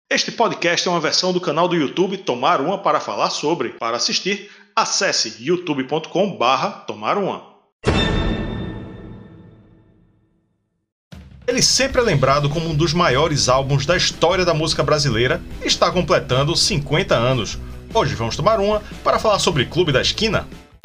Este podcast é uma versão do canal do YouTube Tomar Uma para falar sobre. Para assistir, acesse youtube.com/tomaruma. Ele sempre é lembrado como um dos maiores álbuns da história da música brasileira e está completando 50 anos. Hoje vamos tomar uma para falar sobre Clube da Esquina.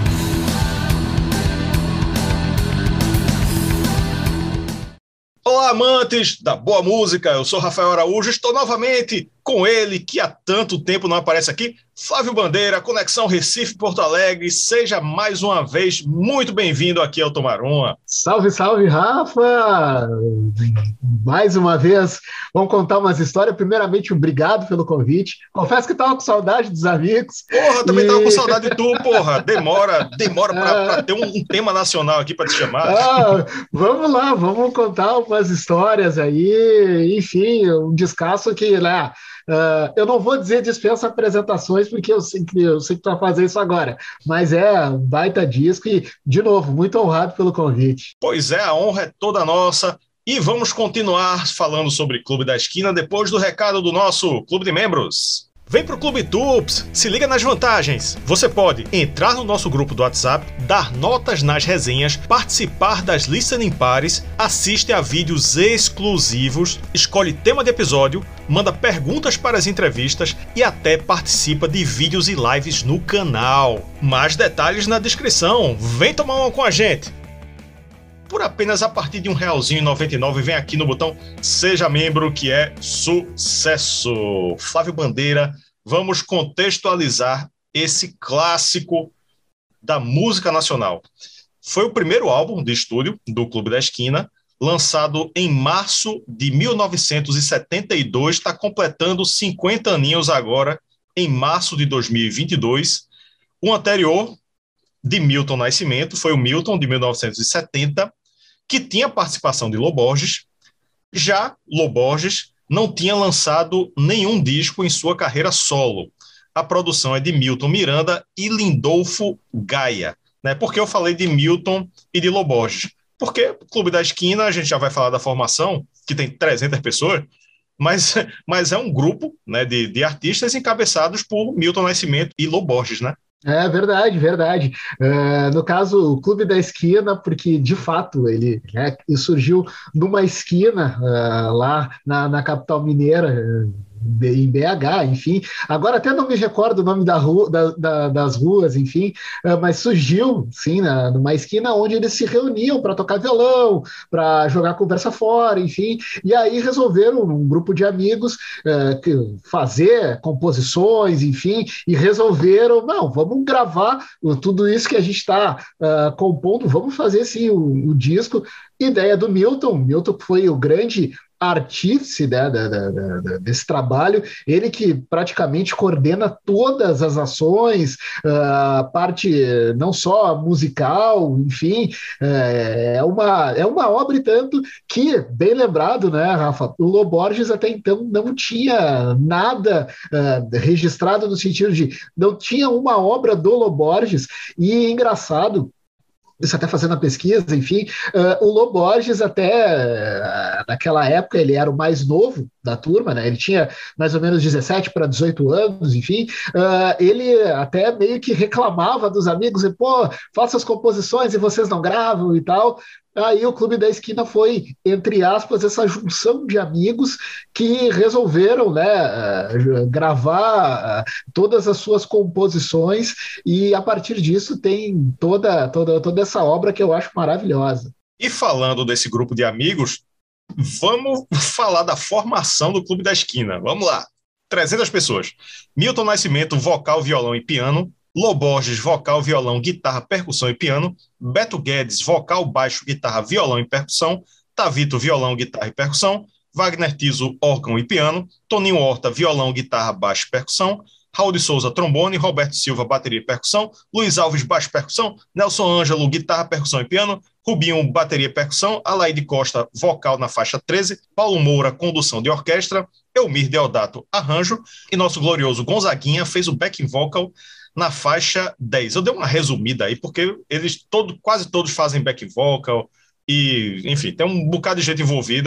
Olá, amantes da boa música, eu sou Rafael Araújo, estou novamente com ele, que há tanto tempo não aparece aqui, Flávio Bandeira, Conexão Recife-Porto Alegre. Seja mais uma vez muito bem-vindo aqui ao Tomar Uma. Salve, salve, Rafa! Mais uma vez, vamos contar umas histórias. Primeiramente, obrigado pelo convite. Confesso que estava com saudade dos amigos. Porra, também estava com saudade de tu, porra. Demora para ter um tema nacional aqui para te chamar. Vamos lá, vamos contar umas histórias aí. Enfim, um descasso que, né? Eu não vou dizer dispensa apresentações, porque eu sei que tu vai fazer isso agora, mas é um baita disco e, de novo, muito honrado pelo convite. Pois é, a honra é toda nossa e vamos continuar falando sobre Clube da Esquina depois do recado do nosso clube de membros. Vem pro Clube Tups, se liga nas vantagens. Você pode entrar no nosso grupo do WhatsApp, dar notas nas resenhas, participar das listening parties, assiste a vídeos exclusivos, escolhe tema de episódio, manda perguntas para as entrevistas e até participa de vídeos e lives no canal. Mais detalhes na descrição. Vem tomar uma com a gente. Por apenas a partir de R$1,99, vem aqui no botão Seja Membro, que é sucesso. Flávio Bandeira, vamos contextualizar esse clássico da música nacional. Foi o primeiro álbum de estúdio do Clube da Esquina, lançado em março de 1972, está completando 50 aninhos agora, em março de 2022. O anterior, de Milton Nascimento, foi o Milton, de 1970, que tinha participação de Lô Borges. Já Lô Borges não tinha lançado nenhum disco em sua carreira solo. A produção é de Milton Miranda e Lindolfo Gaia. Né? Por que eu falei de Milton e de Lô Borges? Porque o Clube da Esquina, a gente já vai falar da formação, que tem 300 pessoas, mas é um grupo, né, de artistas encabeçados por Milton Nascimento e Lô Borges, né? É verdade, verdade. No caso, o Clube da Esquina, porque de fato ele surgiu numa esquina lá na capital mineira, em BH, enfim. Agora até não me recordo o nome das ruas, enfim, mas surgiu, sim, numa esquina onde eles se reuniam para tocar violão, para jogar conversa fora, enfim. E aí resolveram, um grupo de amigos, fazer composições, enfim, e resolveram, não, vamos gravar tudo isso que a gente está compondo, vamos fazer, sim, o disco. Ideia do Milton. Milton foi o grande artífice, né, desse trabalho, ele que praticamente coordena todas as ações, a parte não só musical, enfim, é uma obra e tanto que, bem lembrado, né, Rafa, o Lô Borges até então não tinha nada registrado no sentido de não tinha uma obra do Lô Borges, e engraçado, isso até fazendo a pesquisa, enfim, o Lô Borges até, naquela época, ele era o mais novo da turma, né? Ele tinha mais ou menos 17 para 18 anos, enfim, ele até meio que reclamava dos amigos, e, pô, faço as composições e vocês não gravam e tal. Aí o Clube da Esquina foi, entre aspas, essa junção de amigos que resolveram, né, gravar todas as suas composições, e a partir disso tem toda essa obra que eu acho maravilhosa. E falando desse grupo de amigos, vamos falar da formação do Clube da Esquina. Vamos lá. 300 pessoas. Milton Nascimento, vocal, violão e piano. Lô Borges, vocal, violão, guitarra, percussão e piano. Beto Guedes, vocal, baixo, guitarra, violão e percussão. Tavito, violão, guitarra e percussão. Wagner Tiso, órgão e piano. Toninho Horta, violão, guitarra, baixo e percussão. Raul de Souza, trombone. Roberto Silva, bateria e percussão. Luiz Alves, baixo e percussão. Nelson Ângelo, guitarra, percussão e piano. Rubinho, bateria e percussão. Alaide Costa, vocal na faixa 13. Paulo Moura, condução de orquestra. Elmir Deodato, arranjo. E nosso glorioso Gonzaguinha fez o backing vocal na faixa 10. Eu dei uma resumida aí, porque eles quase todos fazem back vocal, e, enfim, tem um bocado de gente envolvida,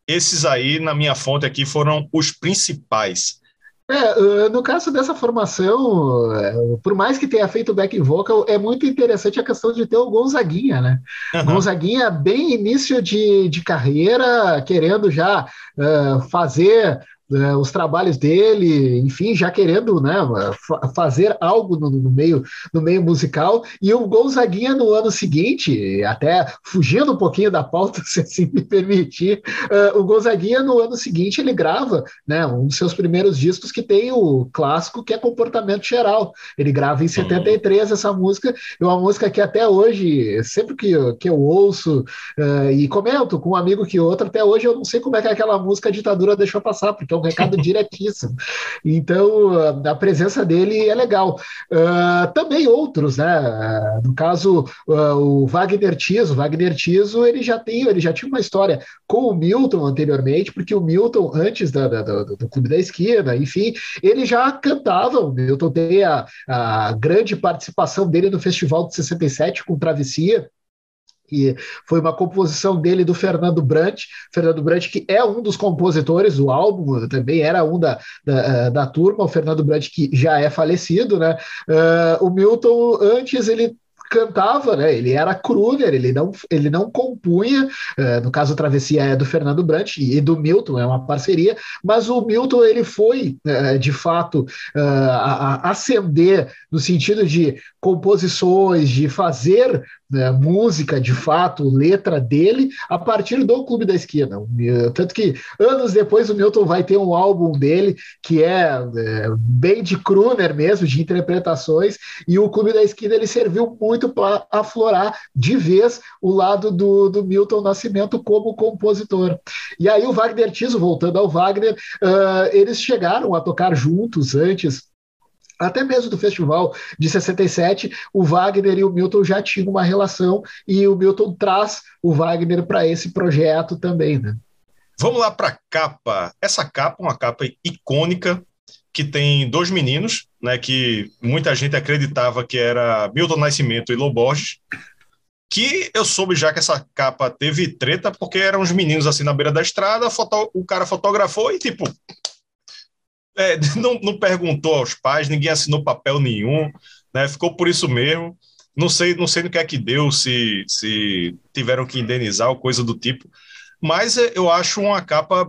Esses aí, na minha fonte aqui, foram os principais. No caso dessa formação, por mais que tenha feito back vocal, é muito interessante a questão de ter o Gonzaguinha, né? Aham. Gonzaguinha, bem início de carreira, querendo já fazer os trabalhos dele, enfim, já querendo, né, fazer algo no meio musical, e o Gonzaguinha no ano seguinte, até fugindo um pouquinho da pauta, se assim me permitir, o Gonzaguinha no ano seguinte ele grava, né, um dos seus primeiros discos que tem o clássico que é Comportamento Geral. Ele grava em Sim. 73 essa música, é uma música que até hoje, sempre que eu ouço e comento com um amigo que outro, até hoje eu não sei como é que aquela música a ditadura deixou passar, porque é um recado diretíssimo. Então, a presença dele é legal. Também outros, né? No caso, o Wagner Tiso. O Wagner Tiso, ele já tinha uma história com o Milton anteriormente, porque o Milton, antes do Clube da Esquina, enfim, ele já cantava. O Milton tem a grande participação dele no Festival de 67 com Travessia, que foi uma composição dele do Fernando Brant, que é um dos compositores do álbum, também era um da turma, o Fernando Brant, que já é falecido, né? O Milton, antes, ele cantava, né? Ele era crooner, ele não compunha, no caso Travessia é do Fernando Brant e do Milton, é uma parceria, mas o Milton ele foi, de fato, ascender no sentido de composições, de fazer música, de fato, letra dele, a partir do Clube da Esquina. Tanto que anos depois o Milton vai ter um álbum dele que bem de crooner mesmo, de interpretações, e o Clube da Esquina ele serviu muito para aflorar de vez o lado do Milton Nascimento como compositor. E aí o Wagner Tiso, voltando ao Wagner, eles chegaram a tocar juntos antes, até mesmo do festival de 67, o Wagner e o Milton já tinham uma relação e o Milton traz o Wagner para esse projeto também, né? Vamos lá para a capa. Essa capa é uma capa icônica que tem dois meninos, né, que muita gente acreditava que era Milton Nascimento e Lô Borges, que eu soube já que essa capa teve treta porque eram uns meninos assim na beira da estrada, o cara fotografou e tipo, não perguntou aos pais, ninguém assinou papel nenhum, né, ficou por isso mesmo. Não sei no que é que deu, se tiveram que indenizar ou coisa do tipo, mas eu acho uma capa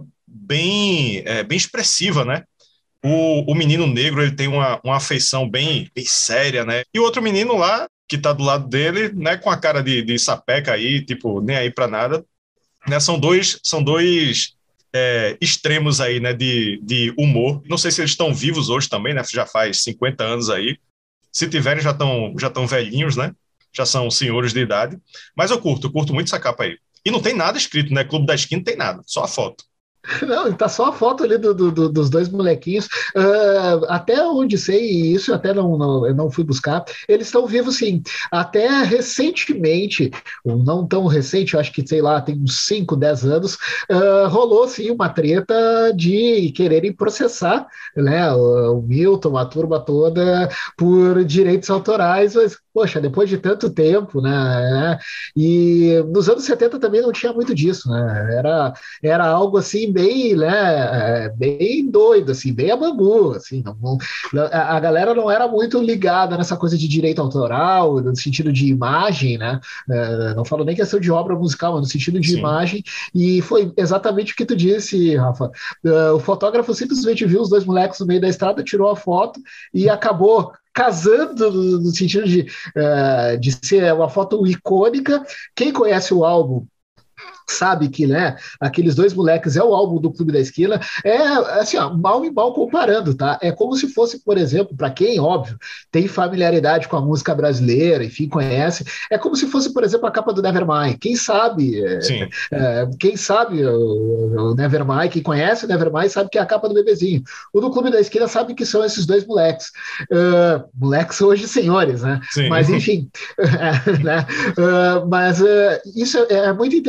bem expressiva, né? O menino negro ele tem uma afeição bem séria, né? E o outro menino lá, que tá do lado dele, né, com a cara de sapeca aí, tipo, nem aí pra nada, né? São dois extremos aí, né, de humor. Não sei se eles estão vivos hoje também, né? Já faz 50 anos aí. Se tiverem, já estão velhinhos, né? Já são senhores de idade. Mas eu curto muito essa capa aí. E não tem nada escrito, né? Clube da Esquina não tem nada, só a foto. Não, tá só a foto ali dos dois molequinhos. Até onde sei, e isso até eu não fui buscar, eles estão vivos sim. Até recentemente, ou não tão recente, eu acho que, sei lá, tem uns 5, 10 anos, rolou sim uma treta de quererem processar, né, o Milton, a turma toda, por direitos autorais, mas, poxa, depois de tanto tempo, né? E nos anos 70 também não tinha muito disso, né? Era algo assim bem, né, bem doido, assim, bem a bambu, assim, a galera não era muito ligada nessa coisa de direito autoral, no sentido de imagem, né, não falo nem questão de obra musical, mas no sentido de Sim. imagem, e foi exatamente o que tu disse, Rafa. O fotógrafo simplesmente viu os dois moleques no meio da estrada, tirou a foto e acabou casando no sentido de ser uma foto icônica. Quem conhece o álbum sabe que, né, aqueles dois moleques é o álbum do Clube da Esquina, assim, ó, mal e mal comparando, tá? É como se fosse, por exemplo, para quem, óbvio, tem familiaridade com a música brasileira, enfim, conhece, é como se fosse, por exemplo, a capa do Nevermind. Sim. Quem sabe o Nevermind, quem conhece o Nevermind sabe que é a capa do bebezinho. O do Clube da Esquina sabe que são esses dois moleques. Moleques hoje senhores, né? Sim. Mas, enfim, né? Mas isso é muito interessante que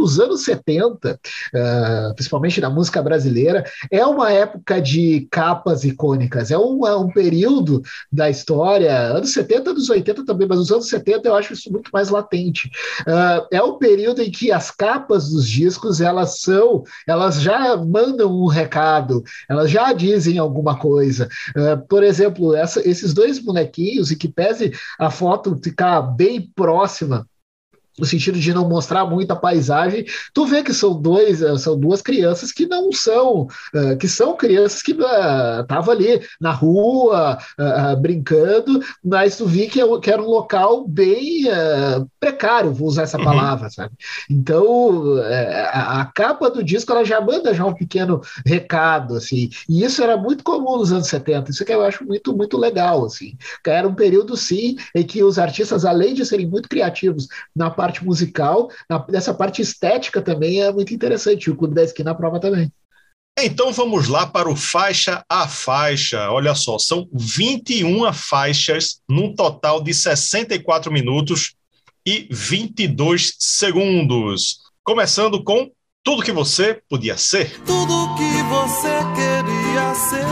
os anos 70, principalmente na música brasileira, é uma época de capas icônicas, é um período da história, anos 70, anos 80 também, mas os anos 70 eu acho isso muito mais latente. É o período em que as capas dos discos, elas já mandam um recado, elas já dizem alguma coisa. Por exemplo, esses dois bonequinhos, e que pese a foto ficar bem próxima, no sentido de não mostrar muita paisagem, tu vê que são duas crianças que não são, que são crianças que estavam ali na rua, brincando, mas tu vi que era um local bem precário, vou usar essa palavra, sabe? Então, a capa do disco, ela já manda já um pequeno recado, assim, e isso era muito comum nos anos 70, isso que eu acho muito, muito legal, assim. Era um período, sim, em que os artistas, além de serem muito criativos na parte musical, nessa parte estética também é muito interessante. O Clube da Esquina prova também. Então vamos lá para o faixa a faixa. Olha só, são 21 faixas num total de 64 minutos e 22 segundos. Começando com Tudo Que Você Podia Ser. Tudo que você queria ser.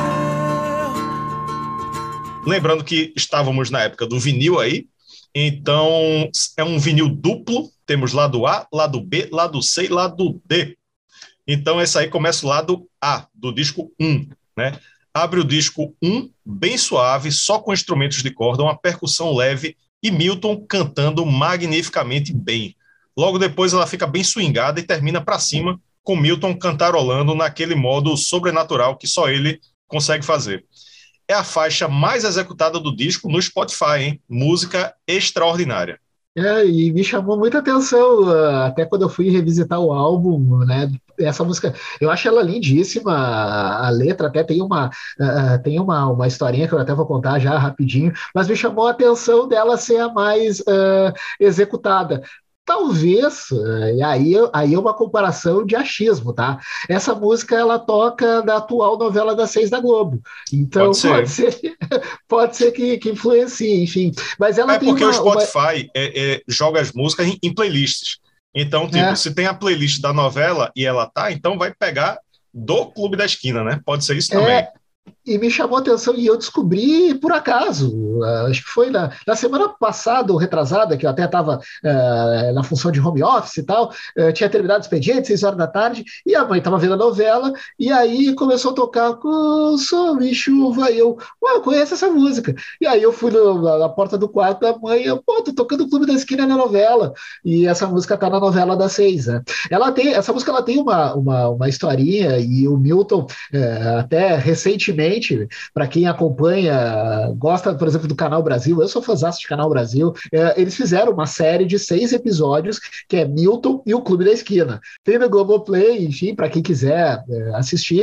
Lembrando que estávamos na época do vinil aí, então é um vinil duplo, temos lado A, lado B, lado C e lado D. Então esse aí começa o lado A, do disco 1, né? Abre o disco 1, bem suave, só com instrumentos de corda, uma percussão leve e Milton cantando magnificamente bem. Logo depois ela fica bem swingada e termina para cima, com Milton cantarolando naquele modo sobrenatural que só ele consegue fazer. É a faixa mais executada do disco no Spotify, hein? Música extraordinária. E me chamou muita atenção, até quando eu fui revisitar o álbum, né? Essa música, eu acho ela lindíssima, a letra até tem uma historinha que eu até vou contar já rapidinho, mas me chamou a atenção dela ser a mais executada. Talvez, e aí é uma comparação de achismo, tá? Essa música, ela toca da atual novela das 6 da Globo. Então, pode ser que influencie, enfim. Mas ela tem porque o Spotify joga as músicas em playlists. Então, se tem a playlist da novela e ela tá, então vai pegar do Clube da Esquina, né? Pode ser isso também. E me chamou a atenção, e eu descobri por acaso, acho que foi na semana passada ou retrasada, que eu até estava na função de home office e tal, tinha terminado o expediente, 6 horas da tarde, e a mãe estava vendo a novela, e aí começou a tocar com Sol e Chuva, e eu conheço essa música. E aí eu fui na porta do quarto da mãe, tô tocando o Clube da Esquina na novela, e essa música tá na novela das 6, né? Essa música ela tem uma historinha, e o Milton, até recentemente, para quem acompanha, gosta, por exemplo, do Canal Brasil, eu sou fãzaço de Canal Brasil, eles fizeram uma série de 6 episódios, que é Milton e o Clube da Esquina. Tem no Globoplay, enfim, para quem quiser assistir.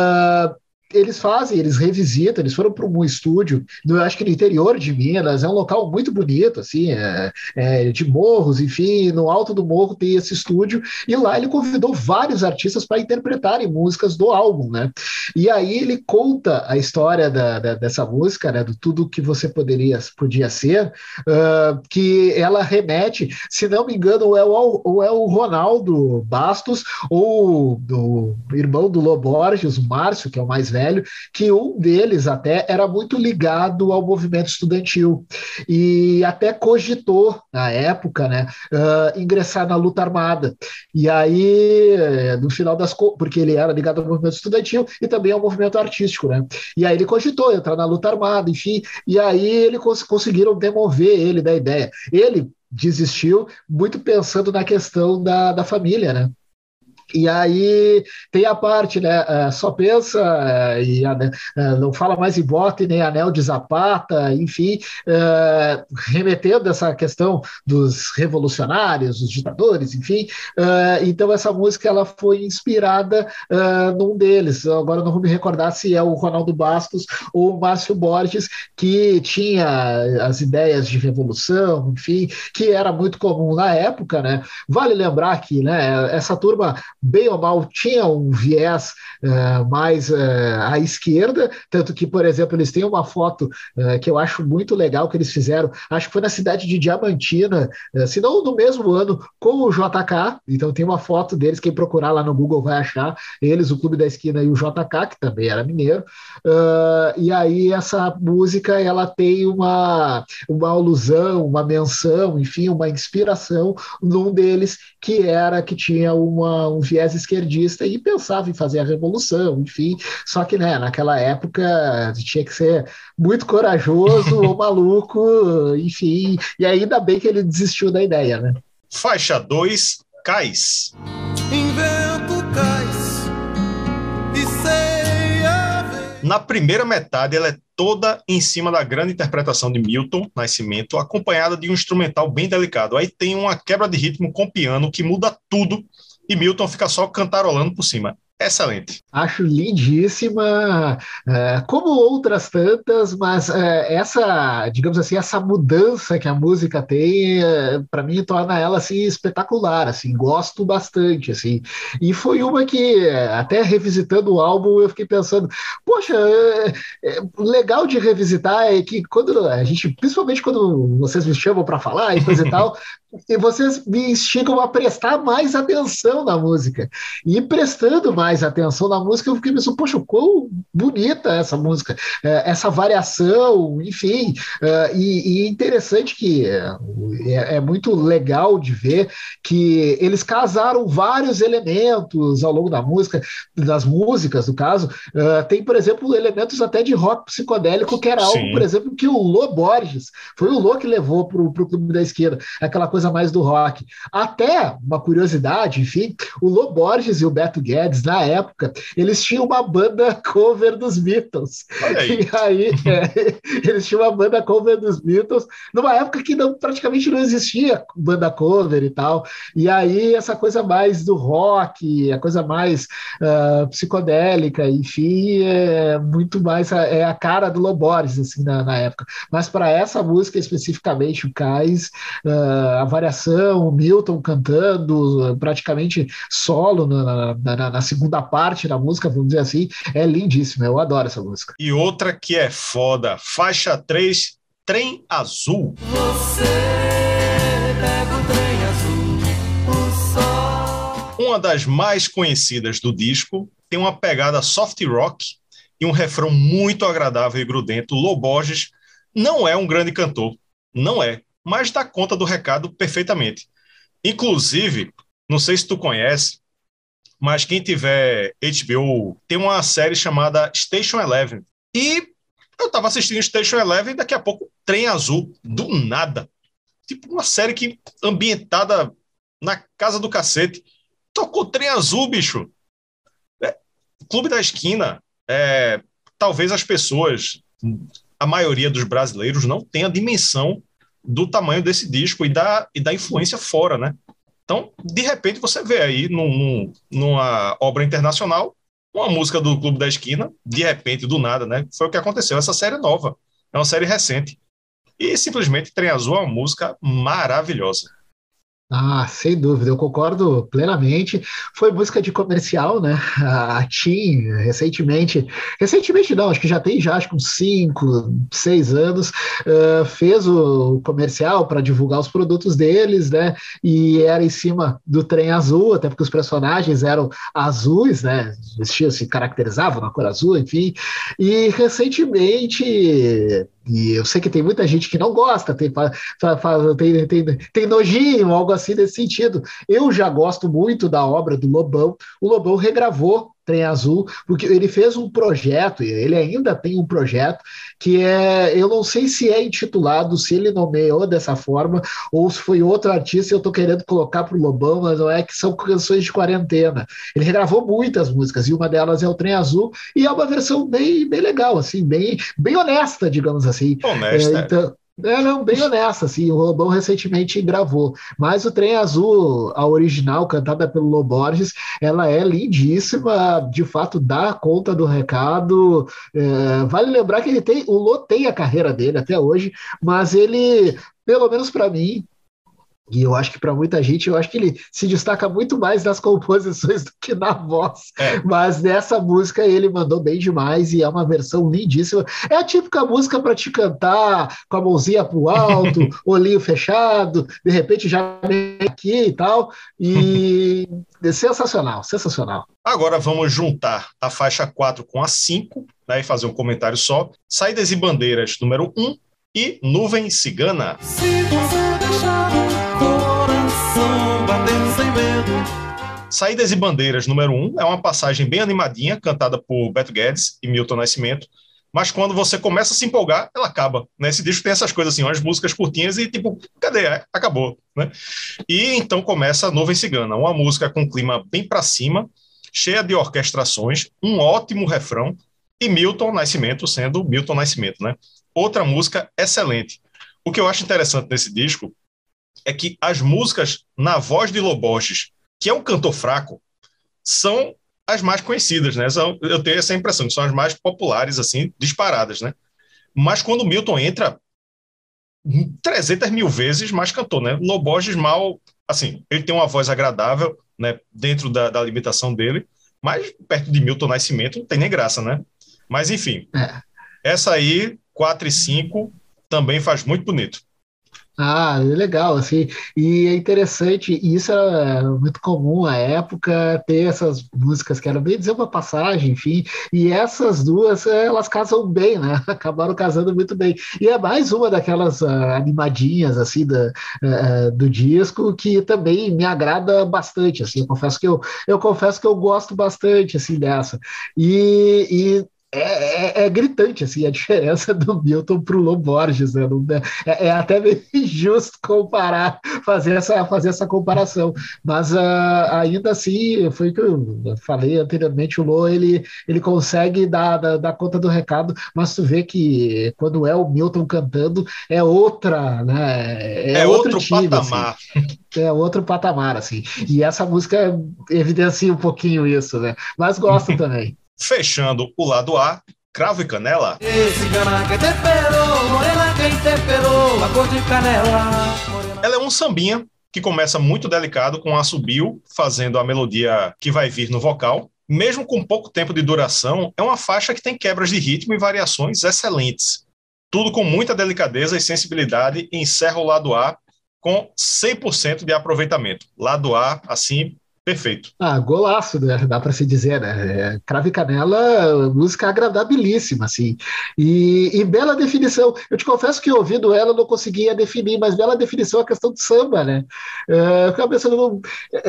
Eles revisitam, eles foram para um estúdio, acho que no interior de Minas, é um local muito bonito, assim, de morros, enfim, no alto do morro tem esse estúdio, e lá ele convidou vários artistas para interpretarem músicas do álbum, né? E aí ele conta a história dessa música, né, do Tudo Que Você Podia Ser, que ela remete, se não me engano, ou é o Ronaldo Bastos, ou o irmão do Lô Borges, o Márcio, que é o mais velho, que um deles até era muito ligado ao movimento estudantil e até cogitou, na época, né, ingressar na luta armada. E aí, no final das contas, porque ele era ligado ao movimento estudantil e também ao movimento artístico, né? E aí ele cogitou entrar na luta armada, enfim, e aí ele conseguiram demover ele da ideia. Ele desistiu muito pensando na questão da família, né? E aí tem a parte, né? Só pensa não fala mais em bote nem anel de Zapata, enfim, remetendo essa questão dos revolucionários, dos ditadores, enfim. Então essa música ela foi inspirada num deles. Agora eu não vou me recordar se é o Ronaldo Bastos ou o Márcio Borges, que tinha as ideias de revolução, enfim, que era muito comum na época, né? Vale lembrar que, né, essa turma bem ou mal, tinha um viés mais à esquerda, tanto que, por exemplo, eles têm uma foto que eu acho muito legal que eles fizeram, acho que foi na cidade de Diamantina, se não no mesmo ano, com o JK, então tem uma foto deles, quem procurar lá no Google vai achar, eles, o Clube da Esquina e o JK, que também era mineiro, e aí essa música, ela tem uma alusão, uma menção, enfim, uma inspiração num deles que tinha um viés esquerdista e pensava em fazer a revolução, enfim, só que, né, naquela época tinha que ser muito corajoso ou maluco, enfim, e ainda bem que ele desistiu da ideia, né? Faixa 2, Cais. Invento cais e sei haver. Na primeira metade, ela é toda em cima da grande interpretação de Milton Nascimento, acompanhada de um instrumental bem delicado. Aí tem uma quebra de ritmo com piano que muda tudo e Milton fica só cantarolando por cima. Excelente. Acho lindíssima, como outras tantas, mas essa, digamos assim, essa mudança que a música tem, para mim torna ela assim espetacular, assim, gosto bastante, assim. E foi uma que até revisitando o álbum eu fiquei pensando, poxa, legal de revisitar é que quando a gente, principalmente quando vocês me chamam para falar e coisa e tal, e vocês me instigam a prestar mais atenção na música. E prestando mais atenção na música, eu fiquei pensando, poxa, quão bonita essa música, essa variação, enfim, e interessante que é muito legal de ver que eles casaram vários elementos ao longo da música, das músicas, no caso, tem, por exemplo, elementos até de rock psicodélico, que era algo, Sim. por exemplo, que o Lô Borges, foi o Lô que levou para o Clube da Esquina, aquela coisa mais do rock. Até, uma curiosidade, enfim, o Lô Borges e o Beto Guedes, na época, eles tinham uma banda cover dos Beatles. Olha aí. E aí, eles tinham uma banda cover dos Beatles, numa época que praticamente não existia banda cover e tal. E aí, essa coisa mais do rock, a coisa mais psicodélica, enfim, é muito mais a cara do Lô Borges, assim, na época. Mas para essa música especificamente, o Cais, a variação, o Milton cantando praticamente solo na segunda parte da música, vamos dizer assim, é lindíssima, eu adoro essa música. E outra que é foda, faixa 3, Trem Azul. Você pega o trem azul, o sol. Uma das mais conhecidas do disco, tem uma pegada soft rock e um refrão muito agradável e grudento. Lô Borges não é um grande cantor, não é, mas dá conta do recado perfeitamente. Inclusive, não sei se tu conhece, mas quem tiver HBO, tem uma série chamada Station Eleven. E eu tava assistindo Station Eleven e daqui a pouco Trem Azul, do nada. Tipo uma série que ambientada na casa do cacete. Tocou Trem Azul, bicho. Clube da Esquina, talvez as pessoas, a maioria dos brasileiros, não tenha dimensão do tamanho desse disco e da influência fora, né? Então, de repente, você vê aí numa obra internacional uma música do Clube da Esquina, de repente, do nada, né? Foi o que aconteceu. Essa série é nova, é uma série recente. E simplesmente Trem Azul é uma música maravilhosa. Ah, sem dúvida, eu concordo plenamente. Foi música de comercial, né? A TIM, recentemente não, acho que acho que uns 5, 6 anos, fez o comercial para divulgar os produtos deles, né? E era em cima do Trem Azul, até porque os personagens eram azuis, né? Vestiam, se caracterizavam na cor azul, enfim. E recentemente, e eu sei que tem muita gente que não gosta, tem nojinho, algo assim nesse sentido. Eu já gosto muito da obra do Lobão. O Lobão regravou Trem Azul, porque ele fez um projeto, e ele ainda tem um projeto, que eu não sei se é intitulado, se ele nomeou dessa forma, ou se foi outro artista, eu estou querendo colocar para o Lobão, mas não é, que são canções de quarentena. Ele regravou muitas músicas, e uma delas é o Trem Azul, e é uma versão bem, bem legal, assim, bem honesta, digamos assim. Honesta. Então, não, bem honesta, assim, o Lobão recentemente gravou, mas o Trem Azul, a original, cantada pelo Lô Borges, ela é lindíssima, de fato dá conta do recado, vale lembrar que o Lô tem a carreira dele até hoje, mas ele, pelo menos para mim, E eu acho que para muita gente, eu acho que ele se destaca muito mais nas composições do que na voz. É. Mas nessa música ele mandou bem demais e é uma versão lindíssima. É a típica música para te cantar com a mãozinha pro alto, olhinho fechado, de repente já vem aqui e tal. E é sensacional, sensacional. Agora vamos juntar a faixa 4 com a 5, né, e fazer um comentário só. Saídas e Bandeiras, número 1, e Nuvem Cigana. Se você deixar o coração bater sem medo. Saídas e Bandeiras, número 1, é uma passagem bem animadinha, cantada por Beto Guedes e Milton Nascimento, mas quando você começa a se empolgar, ela acaba, né? Esse disco tem essas coisas assim, umas músicas curtinhas e tipo, cadê? Acabou, né? E então começa a Nuvem Cigana, uma música com clima bem para cima, cheia de orquestrações, um ótimo refrão, e Milton Nascimento sendo Milton Nascimento, né? Outra música excelente. O que eu acho interessante nesse disco é que as músicas na voz de Loborges, que é um cantor fraco, são as mais conhecidas, né? Eu tenho essa impressão, que são as mais populares, assim, disparadas, né? Mas quando o Milton entra, 300 mil vezes mais cantor, né? Loborges mal, assim, ele tem uma voz agradável, né? Dentro da limitação dele, mas perto de Milton Nascimento não tem nem graça, né? Mas, enfim, essa aí, 4 e 5, também faz muito bonito. Ah, é legal, assim, e é interessante, e isso era muito comum à época, ter essas músicas que eram bem dizer uma passagem, enfim, e essas duas, elas casam bem, né, acabaram casando muito bem, e é mais uma daquelas animadinhas, assim, do disco, que também me agrada bastante, assim, eu confesso que eu gosto bastante, assim, dessa, é gritante assim a diferença do Milton para o Loborges, né? É até meio injusto comparar, fazer essa comparação, mas ainda assim foi o que eu falei anteriormente, o Lô ele consegue dar conta do recado, mas tu vê que quando é o Milton cantando é outra, né? É outro time, patamar. assim. É outro patamar, assim. E essa música evidencia um pouquinho isso, né? Mas gosto também. Fechando o lado A, Cravo e Canela. Cigana que temperou, morena que temperou, a cor de canela. Ela é um sambinha que começa muito delicado com assobio, fazendo a melodia que vai vir no vocal. Mesmo com pouco tempo de duração, é uma faixa que tem quebras de ritmo e variações excelentes. Tudo com muita delicadeza e sensibilidade, e encerra o lado A com 100% de aproveitamento. Lado A, assim, perfeito. Ah, golaço, né? Dá para se dizer, né? Cravo e Canela, música agradabilíssima, assim. E bela definição. Eu te confesso que ouvindo ela eu não conseguia definir, mas bela definição a questão do samba, né? Eu ficava pensando,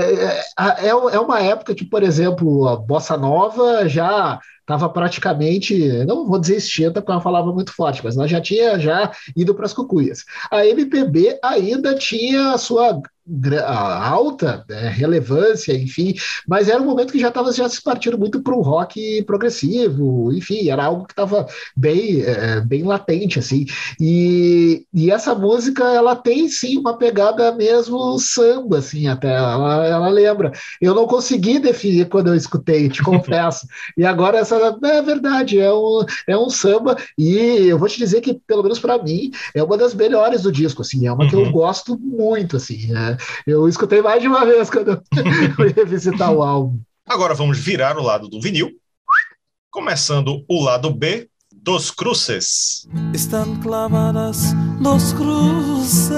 é uma época que, por exemplo, a Bossa Nova já estava praticamente, não vou dizer extinta, porque é uma palavra muito forte, mas ela já tinha ido para as cucuias. A MPB ainda tinha a sua alta, né, relevância, enfim, mas era um momento que já estava se partindo muito para o rock progressivo, enfim, era algo que estava bem latente, assim, e essa música, ela tem sim uma pegada mesmo samba, assim, até, ela lembra, eu não consegui definir quando eu escutei, te confesso, e agora essa é verdade, é um samba, e eu vou te dizer que, pelo menos para mim, é uma das melhores do disco, assim, é uma que eu gosto muito, assim, eu escutei mais de uma vez quando eu ia visitar o álbum. Agora vamos virar o lado do vinil, começando o lado B, Dos Cruces. Estão clavadas dos cruces.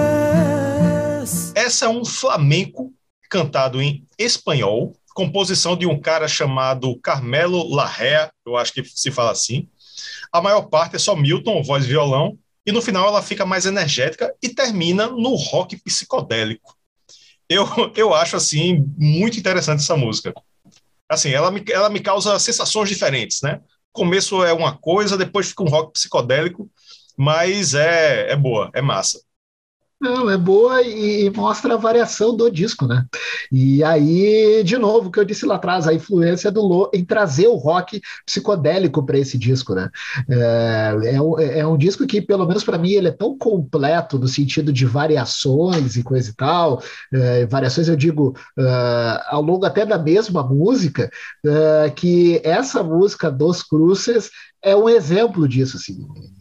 Essa é um flamenco cantado em espanhol, composição de um cara chamado Carmelo Larrea, eu acho que se fala assim. A maior parte é só Milton, voz e violão, e no final ela fica mais energética e termina no rock psicodélico. Eu acho, assim, muito interessante essa música. Assim, ela me causa sensações diferentes, né? O começo é uma coisa, depois fica um rock psicodélico, mas é boa, é massa. Não, é boa e mostra a variação do disco, né? E aí, de novo, o que eu disse lá atrás, a influência do Lô em trazer o rock psicodélico para esse disco, né? É um disco que, pelo menos para mim, ele é tão completo no sentido de variações e coisa e tal. Variações, eu digo, ao longo até da mesma música, que essa música Dos Cruces é um exemplo disso, assim.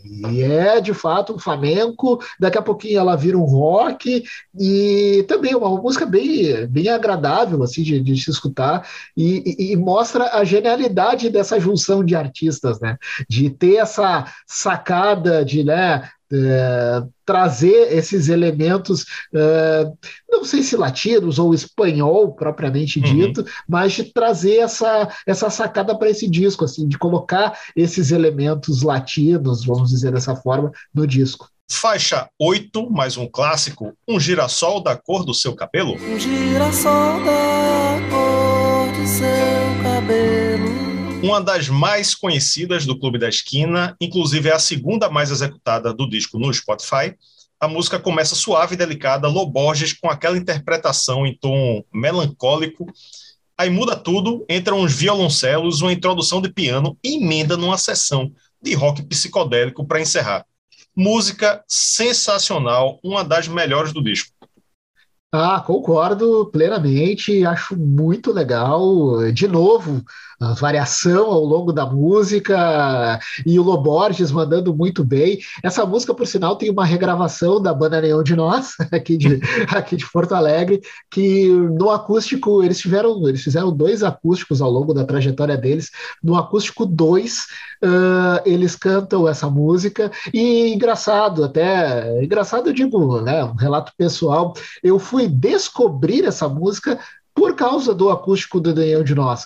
E é, de fato, um flamenco, daqui a pouquinho ela vira um rock, e também uma música bem agradável, assim, de se escutar, e mostra a genialidade dessa junção de artistas, né? De ter essa sacada de, né, trazer esses elementos, não sei se latinos ou espanhol propriamente dito, mas de trazer essa sacada para esse disco, assim, de colocar esses elementos latinos, vamos dizer dessa forma, no disco. Faixa 8, mais um clássico, Um Girassol da Cor do Seu Cabelo. Um girassol da cor do seu cabelo. Uma das mais conhecidas do Clube da Esquina, inclusive é a segunda mais executada do disco no Spotify. A música começa suave e delicada, Lô Borges com aquela interpretação em tom melancólico. Aí muda tudo, entram uns violoncelos, uma introdução de piano e emenda numa sessão de rock psicodélico para encerrar. Música sensacional, uma das melhores do disco. Concordo plenamente, acho muito legal. De novo, a variação ao longo da música e o Lô Borges mandando muito bem. Essa música, por sinal, tem uma regravação da banda Nenhum de Nós, aqui de Porto Alegre, que no acústico, eles fizeram 2 acústicos ao longo da trajetória deles. No acústico 2, eles cantam essa música, e engraçado eu digo, né, um relato pessoal, eu fui descobrir essa música por causa do acústico do Nenhum de Nós.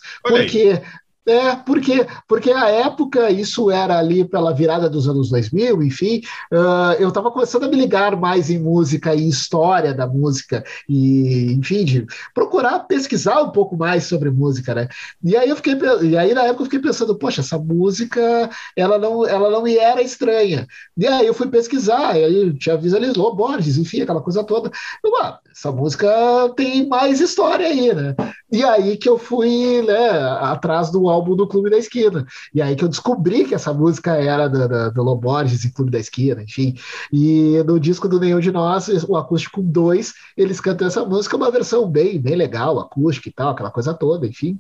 Porque a época, isso era ali pela virada dos anos 2000, enfim, eu estava começando a me ligar mais em música e história da música, e, enfim, de procurar pesquisar um pouco mais sobre música, né? E aí na época eu fiquei pensando, poxa, essa música, ela não me era estranha. E aí eu fui pesquisar, e aí tinha visualizou Borges, enfim, aquela coisa toda. Essa música tem mais história aí, né? E aí que eu fui, né, atrás do álbum do Clube da Esquina. E aí que eu descobri que essa música era do Lô Borges e Clube da Esquina, enfim. E no disco do Nenhum de Nós, o Acústico 2, eles cantam essa música, uma versão bem legal, acústica e tal, aquela coisa toda, enfim.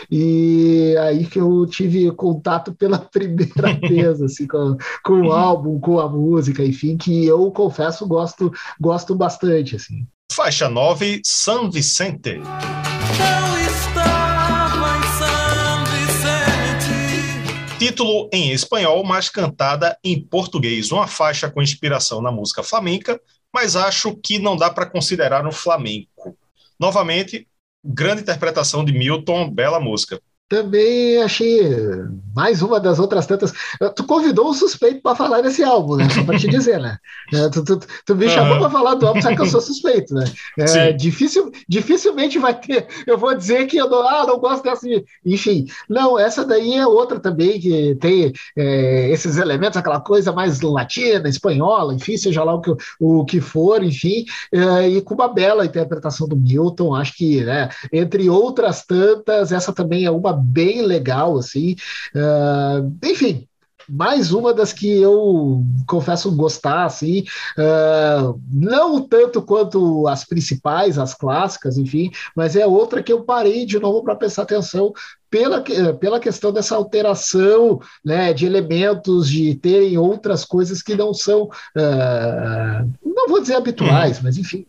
E aí que eu tive contato pela primeira vez, assim, com o álbum, com a música, enfim, que eu confesso gosto bastante, assim. Faixa 9, San Vicente. Eu estava em São Vicente. Título em espanhol, mas cantada em português. Uma faixa com inspiração na música flamenca, mas acho que não dá para considerar um flamenco. Novamente, grande interpretação de Milton, bela música. Também achei mais uma das outras tantas. Tu convidou um suspeito para falar desse álbum, né? Só para te dizer, né? Tu me chamou para falar do álbum, sabe que eu sou suspeito, né? Dificilmente vai ter. Eu vou dizer que eu não gosto dessa. Enfim, não, essa daí é outra também que tem esses elementos, aquela coisa mais latina, espanhola, enfim, seja lá o que for, enfim, e com uma bela interpretação do Milton. Acho que, né, entre outras tantas, essa também é uma bem legal, assim. Enfim, mais uma das que eu confesso gostar, assim, não tanto quanto as principais, as clássicas, enfim, mas é outra que eu parei de novo para prestar atenção pela questão dessa alteração, né, de elementos, de terem outras coisas que não são, não vou dizer habituais, mas enfim,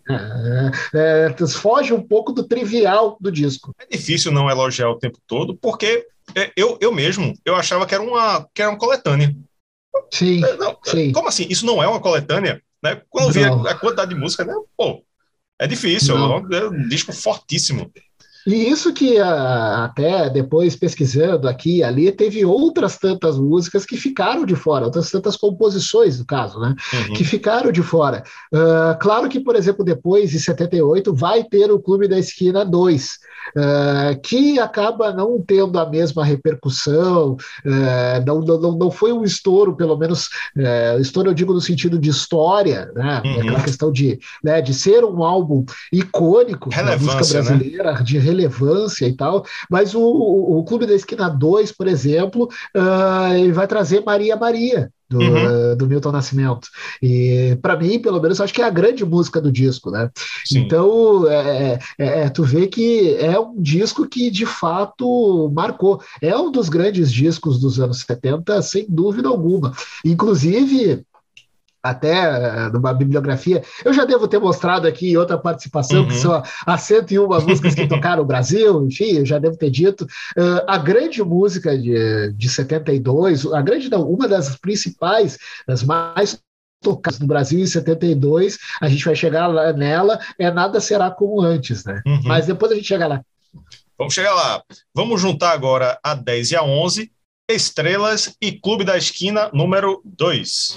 foge um pouco do trivial do disco. É difícil não elogiar o tempo todo, porque eu mesmo, eu achava que era uma coletânea. Sim, sim. Como assim? Isso não é uma coletânea? Né? Quando eu vi a quantidade de música, né? Pô, é difícil, é um disco fortíssimo. E isso que até depois pesquisando aqui e ali, teve outras tantas músicas que ficaram de fora, outras tantas composições, no caso, né? Que ficaram de fora. Claro que, por exemplo, depois, em 78, vai ter o Clube da Esquina 2, que acaba não tendo a mesma repercussão, não foi um estouro, pelo menos, estouro eu digo no sentido de história, né? Aquela questão de ser um álbum icônico da música brasileira, né? De relevância e tal, mas o Clube da Esquina 2, por exemplo, ele vai trazer Maria Maria, Uhum, do Milton Nascimento. E para mim, pelo menos, acho que é a grande música do disco, né? sim. Então, tu vê que é um disco que de fato marcou. É um dos grandes discos dos anos 70, sem dúvida alguma. Inclusive, até numa bibliografia, eu já devo ter mostrado aqui em outra participação, que Uhum. são as 101 músicas que tocaram no Brasil, enfim, eu já devo ter dito. A grande música de 72, a grande não, uma das principais, das mais tocadas no Brasil em 72, a gente vai chegar lá nela, Nada Será Como Antes, né? Uhum. Mas depois a gente chega lá. Vamos chegar lá. Vamos juntar agora a 10 e a 11, Estrelas e Clube da Esquina número 2.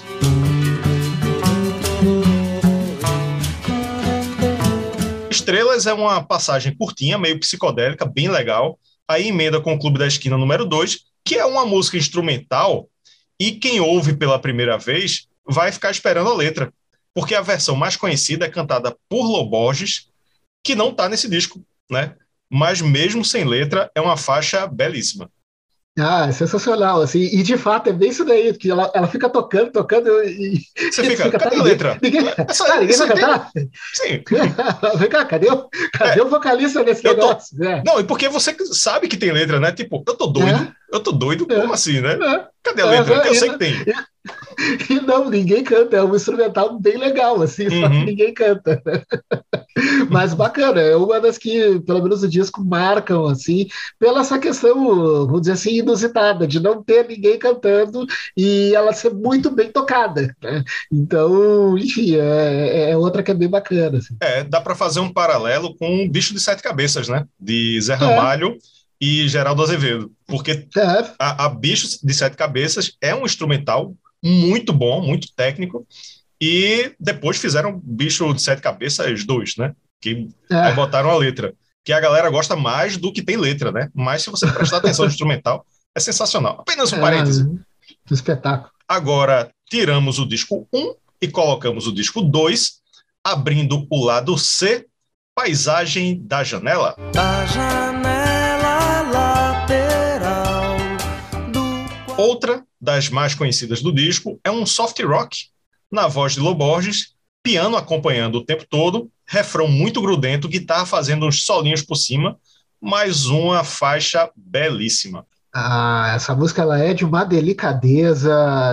Estrelas é uma passagem curtinha, meio psicodélica, bem legal. Aí emenda com o Clube da Esquina número 2, que é uma música instrumental, e quem ouve pela primeira vez vai ficar esperando a letra, porque a versão mais conhecida é cantada por Lô Borges, que não está nesse disco, né? Mas mesmo sem letra, é uma faixa belíssima. Ah, é sensacional, assim, e de fato é bem isso daí, que ela fica tocando, tocando, Você e tu fica, fica, tá, cadê a letra? ninguém Isso vai aí tem. cantar? Sim. Vem cá, cadê É, o vocalista desse eu tô. negócio? Não, e porque você sabe que tem letra, né? Tipo, eu tô doido, É, como assim, né? é, Cadê a letra? Que eu e, sei que tem. e não, ninguém canta, é um instrumental bem legal, assim, só que Uhum. ninguém canta. Mas bacana, é uma das que, pelo menos o disco, marcam, assim, pela essa questão, vamos dizer assim, inusitada, de não ter ninguém cantando e ela ser muito bem tocada, né? Então, enfim, é outra que é bem bacana, assim. Dá para fazer um paralelo com o Bicho de Sete Cabeças, né? De Zé É, Ramalho e Geraldo Azevedo. Porque é, a Bicho de Sete Cabeças é um instrumental muito bom, muito técnico. E depois fizeram Bicho de Sete Cabeças 2, né? Que aí é, botaram a letra. Que a galera gosta mais do que tem letra, né? Mas se você prestar atenção no instrumental, é sensacional. Apenas um parêntese. um espetáculo. Agora, tiramos o disco um e colocamos o disco 2, abrindo o lado C, Paisagem da Janela. Da janela lateral do Outra das mais conhecidas do disco é um soft rock, na voz de Lô Borges, piano acompanhando o tempo todo, refrão muito grudento, guitarra fazendo uns solinhos por cima, mais uma faixa belíssima. Essa música ela é de uma delicadeza,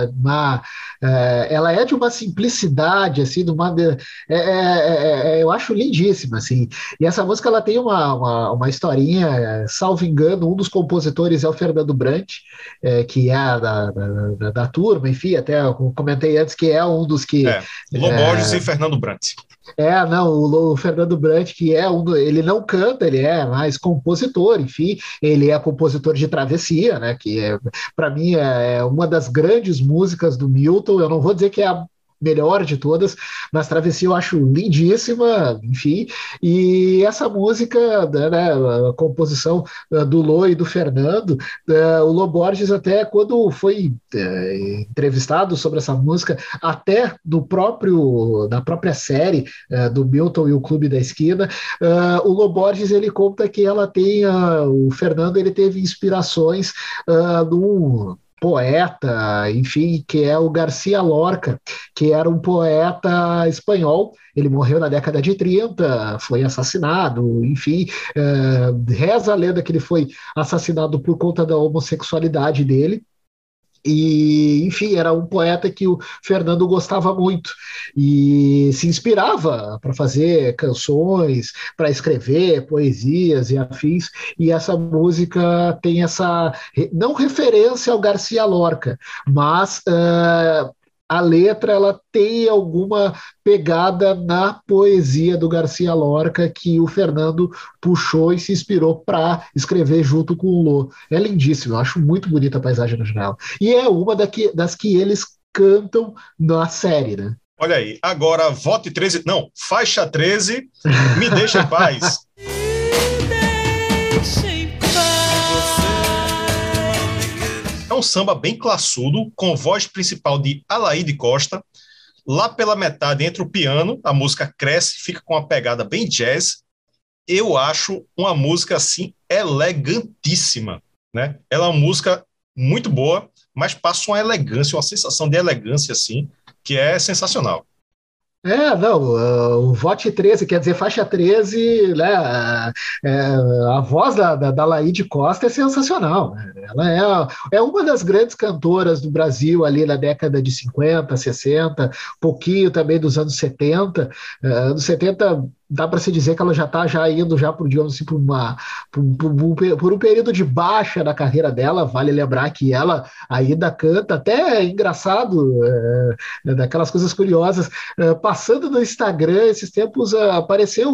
ela é de uma simplicidade, assim, eu acho lindíssima, assim. E essa música ela tem uma historinha, salvo engano, um dos compositores é o Fernando Brant, que é da turma, enfim, até eu comentei antes que é um dos que Lô Borges e Fernando Brant. não, o Fernando Brant, que ele não canta, ele é mais compositor, enfim, ele é compositor de Travessia, né, que para mim é uma das grandes músicas do Milton, eu não vou dizer que é a melhor de todas, mas Travessia eu acho lindíssima, enfim, e essa música, né, a composição do Lô e do Fernando, o Lô Borges até quando foi entrevistado sobre essa música, até da própria série do Milton e o Clube da Esquina, o Lô Borges ele conta que o Fernando ele teve inspirações num poeta, enfim, que é o Garcia Lorca, que era um poeta espanhol. Ele morreu na década de 30, foi assassinado, enfim, reza a lenda que ele foi assassinado por conta da homossexualidade dele. E, enfim, era um poeta que o Fernando gostava muito e se inspirava para fazer canções, para escrever poesias e afins. E essa música tem essa, não referência ao Garcia Lorca, mas a letra ela tem alguma pegada na poesia do Garcia Lorca que o Fernando puxou e se inspirou para escrever junto com o Lô. É lindíssimo, eu acho muito bonita a paisagem no janela. E é uma das que eles cantam na série, né? Olha aí, agora vote 13, não, faixa 13, Me Deixa em Paz. É um samba bem classudo, com voz principal de Alaide Costa. Lá pela metade, entre o piano, a música cresce, fica com uma pegada bem jazz. Eu acho uma música, assim, elegantíssima, né? Ela é uma música muito boa, mas passa uma elegância, uma sensação de elegância, assim, que é sensacional. Não, o Vote 13, quer dizer, faixa 13, né? A voz da Laíde Costa é sensacional, né? Ela é uma das grandes cantoras do Brasil ali na década de 50, 60, pouquinho também dos anos 70. Anos 70 dá para se dizer que ela já está indo já por, digamos assim, por um período de baixa na carreira dela. Vale lembrar que ela ainda canta, até engraçado, daquelas coisas curiosas, passando no Instagram esses tempos, apareceu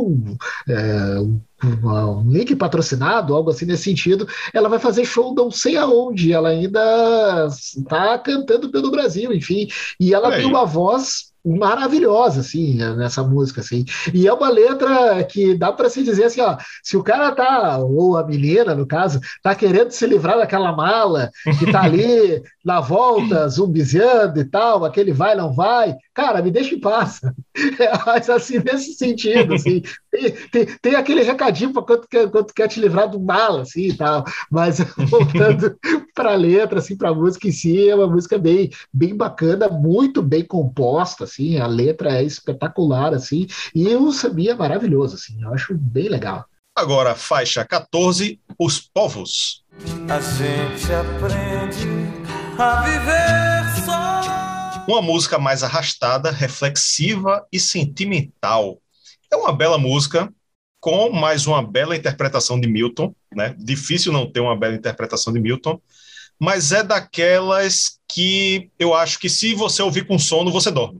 um link patrocinado, algo assim nesse sentido. Ela vai fazer show não sei aonde, ela ainda está cantando pelo Brasil, enfim, e ela tem uma voz maravilhosa, assim, nessa música, assim, e é uma letra que dá para se dizer assim, ó, se o cara tá, ou a menina, no caso, tá querendo se livrar daquela mala, que tá ali na volta, zumbizeando e tal, aquele vai, não vai, cara, me deixa em paz. Mas assim, nesse sentido, assim, tem aquele recadinho para quando quer te livrar do mal, assim, e tal, mas voltando para a letra, assim, para a música em si, é uma música bem, bem bacana, muito bem composta, assim, a letra é espetacular, assim, e o samba é maravilhoso, assim, eu acho bem legal. Agora, faixa 14, Os Povos. A gente aprende a viver só. Uma música mais arrastada, reflexiva e sentimental. É uma bela música, com mais uma bela interpretação de Milton, né? Difícil não ter uma bela interpretação de Milton, mas é daquelas que eu acho que se você ouvir com sono, você dorme.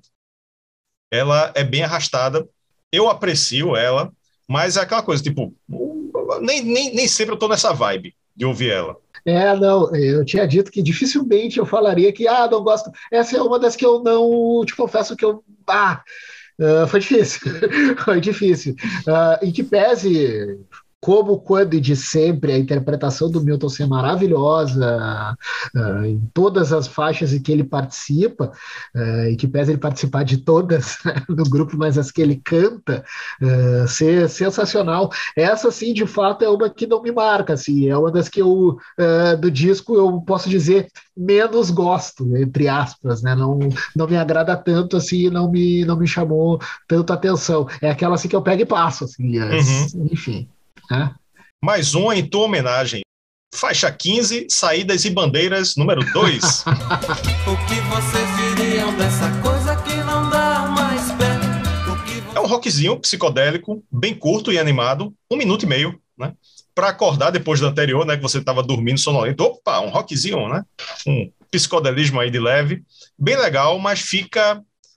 Ela é bem arrastada, eu aprecio ela, mas é aquela coisa, tipo, nem sempre eu tô nessa vibe de ouvir ela. Não, eu tinha dito que dificilmente eu falaria que, não gosto. Essa é uma das que eu não, te confesso que eu, foi difícil, foi difícil. Em que pese, como, quando e de sempre, a interpretação do Milton ser maravilhosa, em todas as faixas em que ele participa, em que pese ele participar de todas no grupo, mas as que ele canta, ser sensacional. Essa, sim, de fato, é uma que não me marca, assim, é uma das que eu, do disco, eu posso dizer, menos gosto, entre aspas, né? Não me agrada tanto, assim, não me chamou tanto atenção. É aquela, assim, que eu pego e passo, assim, enfim. Mais uma em tua homenagem. Faixa 15, Saídas e Bandeiras, número 2. O que vocês diriam dessa coisa que não dá mais pé? É um rockzinho psicodélico, bem curto e animado, 1 minuto e meio, né? Para acordar depois do anterior, né? Que você estava dormindo sonolento. Opa, um rockzinho, né? Um psicodelismo aí de leve. Bem legal, mas fica...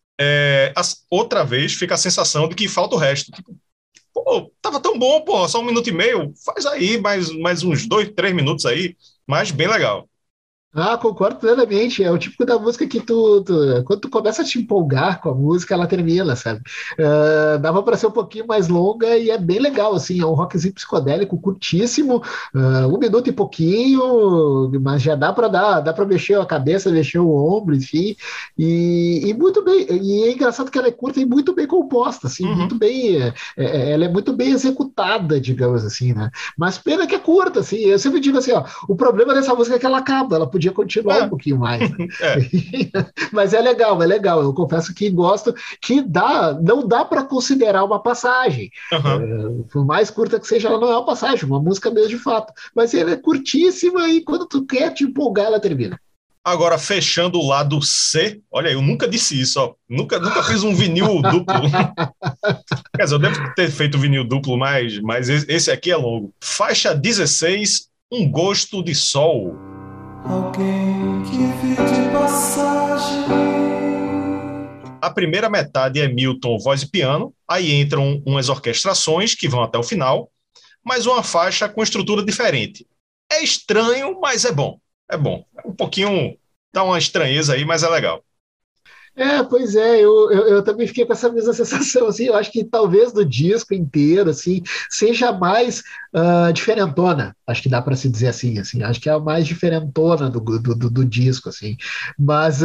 outra vez fica a sensação de que falta o resto. Tipo, pô, tava tão bom, pô, só 1 minuto e meio, faz aí mais uns 2, 3 minutos aí, mas bem legal. Concordo plenamente. É o típico da música que quando tu começa a te empolgar com a música, ela termina, sabe? Dava para ser um pouquinho mais longa e é bem legal, assim. É um rockzinho psicodélico curtíssimo, 1 minuto e pouquinho, mas já dá para mexer a cabeça, mexer o ombro, enfim. E muito bem. E é engraçado que ela é curta e muito bem composta, assim, muito bem. Ela é muito bem executada, digamos assim, né? Mas pena que é curta, assim. Eu sempre digo assim, ó, o problema dessa música é que ela acaba, ela podia continuar um pouquinho mais, né? Mas é legal, eu confesso que gosto, que não dá para considerar uma passagem, por mais curta que seja, ela não é uma passagem, uma música mesmo de fato, mas ela é curtíssima e quando tu quer te empolgar, ela termina. Agora, fechando o lado C, olha, eu nunca disse isso, ó. Nunca fiz um vinil duplo. Quer dizer, eu devo ter feito vinil duplo, mas esse aqui é longo. Faixa 16, Um Gosto de Sol. Alguém que vi de passagem. A primeira metade é Milton, voz e piano, aí entram umas orquestrações que vão até o final, mas uma faixa com estrutura diferente. É estranho, mas é bom. É bom. É um pouquinho, dá uma estranheza aí, mas é legal. Pois é, eu também fiquei com essa mesma sensação, assim, eu acho que talvez do disco inteiro, assim, seja mais diferentona, acho que dá para se dizer assim, acho que é a mais diferentona do disco, assim, mas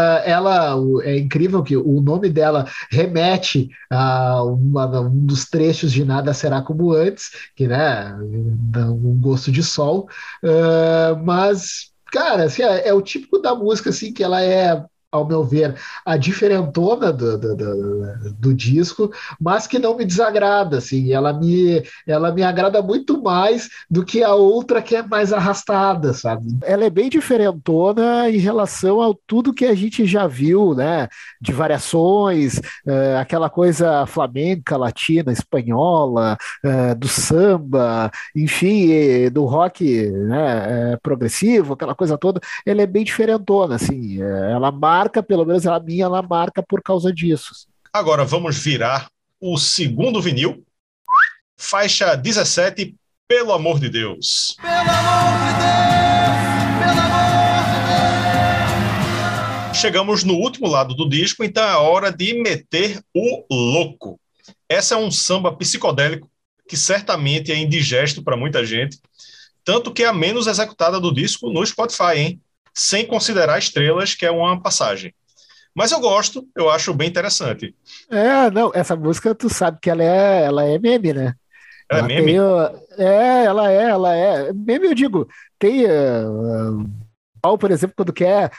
é incrível que o nome dela remete a um dos trechos de Nada Será Como Antes, que, né, um gosto de sol, mas Cara, assim, é o típico da música, assim, que ela é, ao meu ver, a diferentona do disco, mas que não me desagrada, assim, ela me agrada muito mais do que a outra que é mais arrastada, sabe? Ela é bem diferentona em relação a tudo que a gente já viu, né, de variações, aquela coisa flamenca, latina, espanhola, do samba, enfim, do rock, né, progressivo, aquela coisa toda, ela é bem diferentona, assim, ela marca, pelo menos a minha, ela marca por causa disso. Agora vamos virar o segundo vinil, faixa 17, Pelo Amor de Deus. Pelo amor de Deus, pelo amor de Deus. Chegamos no último lado do disco, então é hora de meter o louco. Essa é um samba psicodélico que certamente é indigesto para muita gente, tanto que é a menos executada do disco no Spotify, hein? Sem considerar Estrelas, que é uma passagem. Mas eu gosto, eu acho bem interessante. Não, essa música tu sabe que ela é meme, né? Ela é Ela tem. meme? Ela é. Meme, eu digo, tem. Paulo, por exemplo, quando quer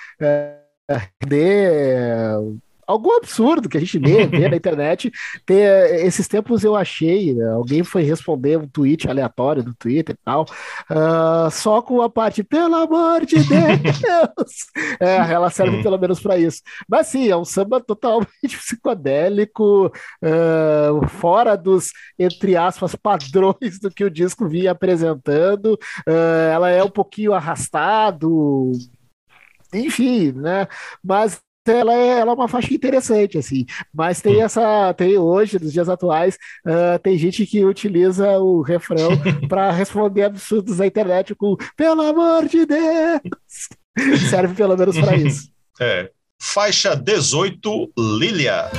de algum absurdo que a gente vê na internet. Esses tempos eu achei, alguém foi responder um tweet aleatório do Twitter e tal, só com a parte, pelo amor de Deus. Ela serve pelo menos para isso. Mas sim, é um samba totalmente psicodélico, fora dos, entre aspas, padrões do que o disco vinha apresentando. Ela é um pouquinho arrastado, enfim, né? Mas ela é uma faixa interessante, assim. Mas tem hoje, nos dias atuais, tem gente que utiliza o refrão para responder absurdos na internet com pelo amor de Deus. Serve pelo menos para isso. Faixa 18, Lilia.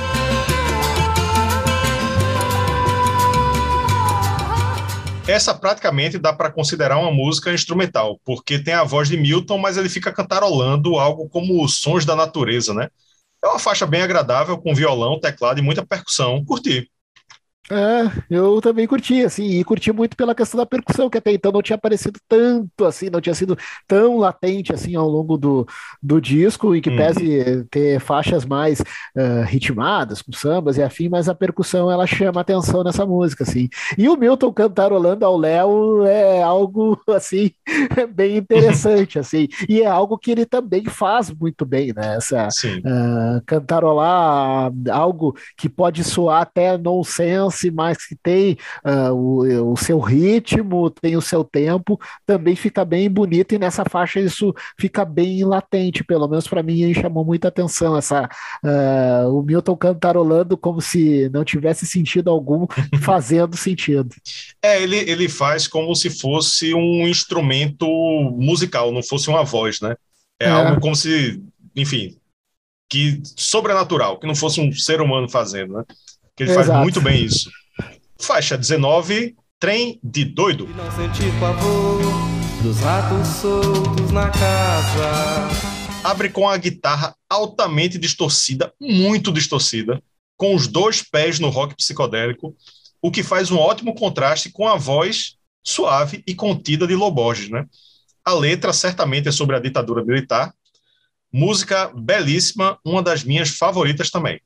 Essa praticamente dá para considerar uma música instrumental, porque tem a voz de Milton, mas ele fica cantarolando algo como os sons da natureza, né? É uma faixa bem agradável, com violão, teclado e muita percussão. Curti. Eu também curti, assim, e curti muito pela questão da percussão, que até então não tinha aparecido tanto, assim, não tinha sido tão latente, assim, ao longo do disco, e que pese ter faixas mais ritmadas, com sambas e afim, mas a percussão, ela chama atenção nessa música, assim. E o Milton cantarolando ao Léo é algo, assim, bem interessante, assim, e é algo que ele também faz muito bem, né, cantarolar algo que pode soar até nonsense, mas que tem o seu ritmo, tem o seu tempo, também fica bem bonito, e nessa faixa isso fica bem latente, pelo menos para mim chamou muita atenção o Milton cantarolando como se não tivesse sentido algum, fazendo sentido. Ele faz como se fosse um instrumento musical, não fosse uma voz, né? Algo como se, enfim, que sobrenatural, que não fosse um ser humano fazendo, né? Que ele faz muito bem isso. Faixa 19, Trem de Doido. E não sentir pavor dos ratos soltos na casa. Abre com a guitarra altamente distorcida, muito distorcida, com os dois pés no rock psicodélico, o que faz um ótimo contraste com a voz suave e contida de Lô Borges, né? A letra certamente é sobre a ditadura militar. Música belíssima, uma das minhas favoritas também.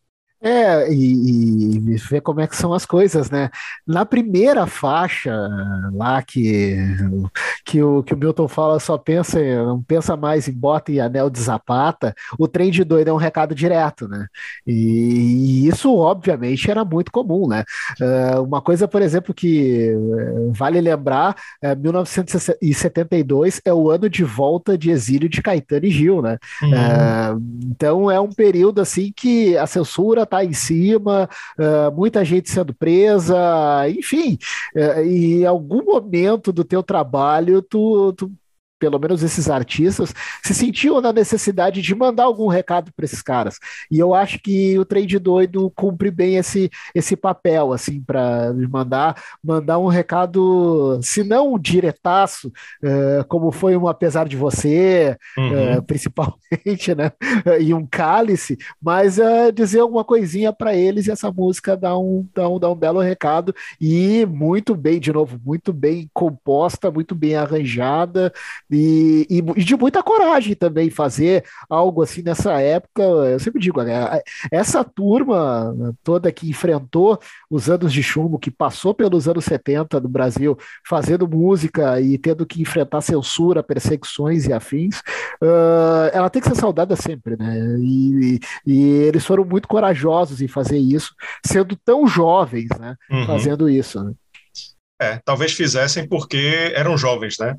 E ver como é que são as coisas, né? Na primeira faixa lá que o Milton fala não pensa mais em bota e anel de zapata, o trem de doido é um recado direto, né? E isso, obviamente, era muito comum, né? Uma coisa, por exemplo, que vale lembrar, 1972 é o ano de volta de exílio de Caetano e Gil, né? Então é um período assim que a censura tá em cima, muita gente sendo presa, enfim, e em algum momento do teu trabalho, tu pelo menos esses artistas, se sentiam na necessidade de mandar algum recado para esses caras. E eu acho que o Trem de Doido cumpre bem esse papel, assim, para mandar um recado, se não um diretaço, como foi um Apesar de Você, principalmente, né? E um Cálice, mas dizer alguma coisinha para eles, e essa música dá um belo recado, e muito bem, de novo, muito bem composta, muito bem arranjada, e de muita coragem também fazer algo assim nessa época. Eu sempre digo, né, essa turma toda que enfrentou os anos de chumbo, que passou pelos anos 70 no Brasil, fazendo música e tendo que enfrentar censura, perseguições e afins, ela tem que ser saudada sempre, né? E eles foram muito corajosos em fazer isso, sendo tão jovens, né? Fazendo isso, né? Talvez fizessem porque eram jovens, né?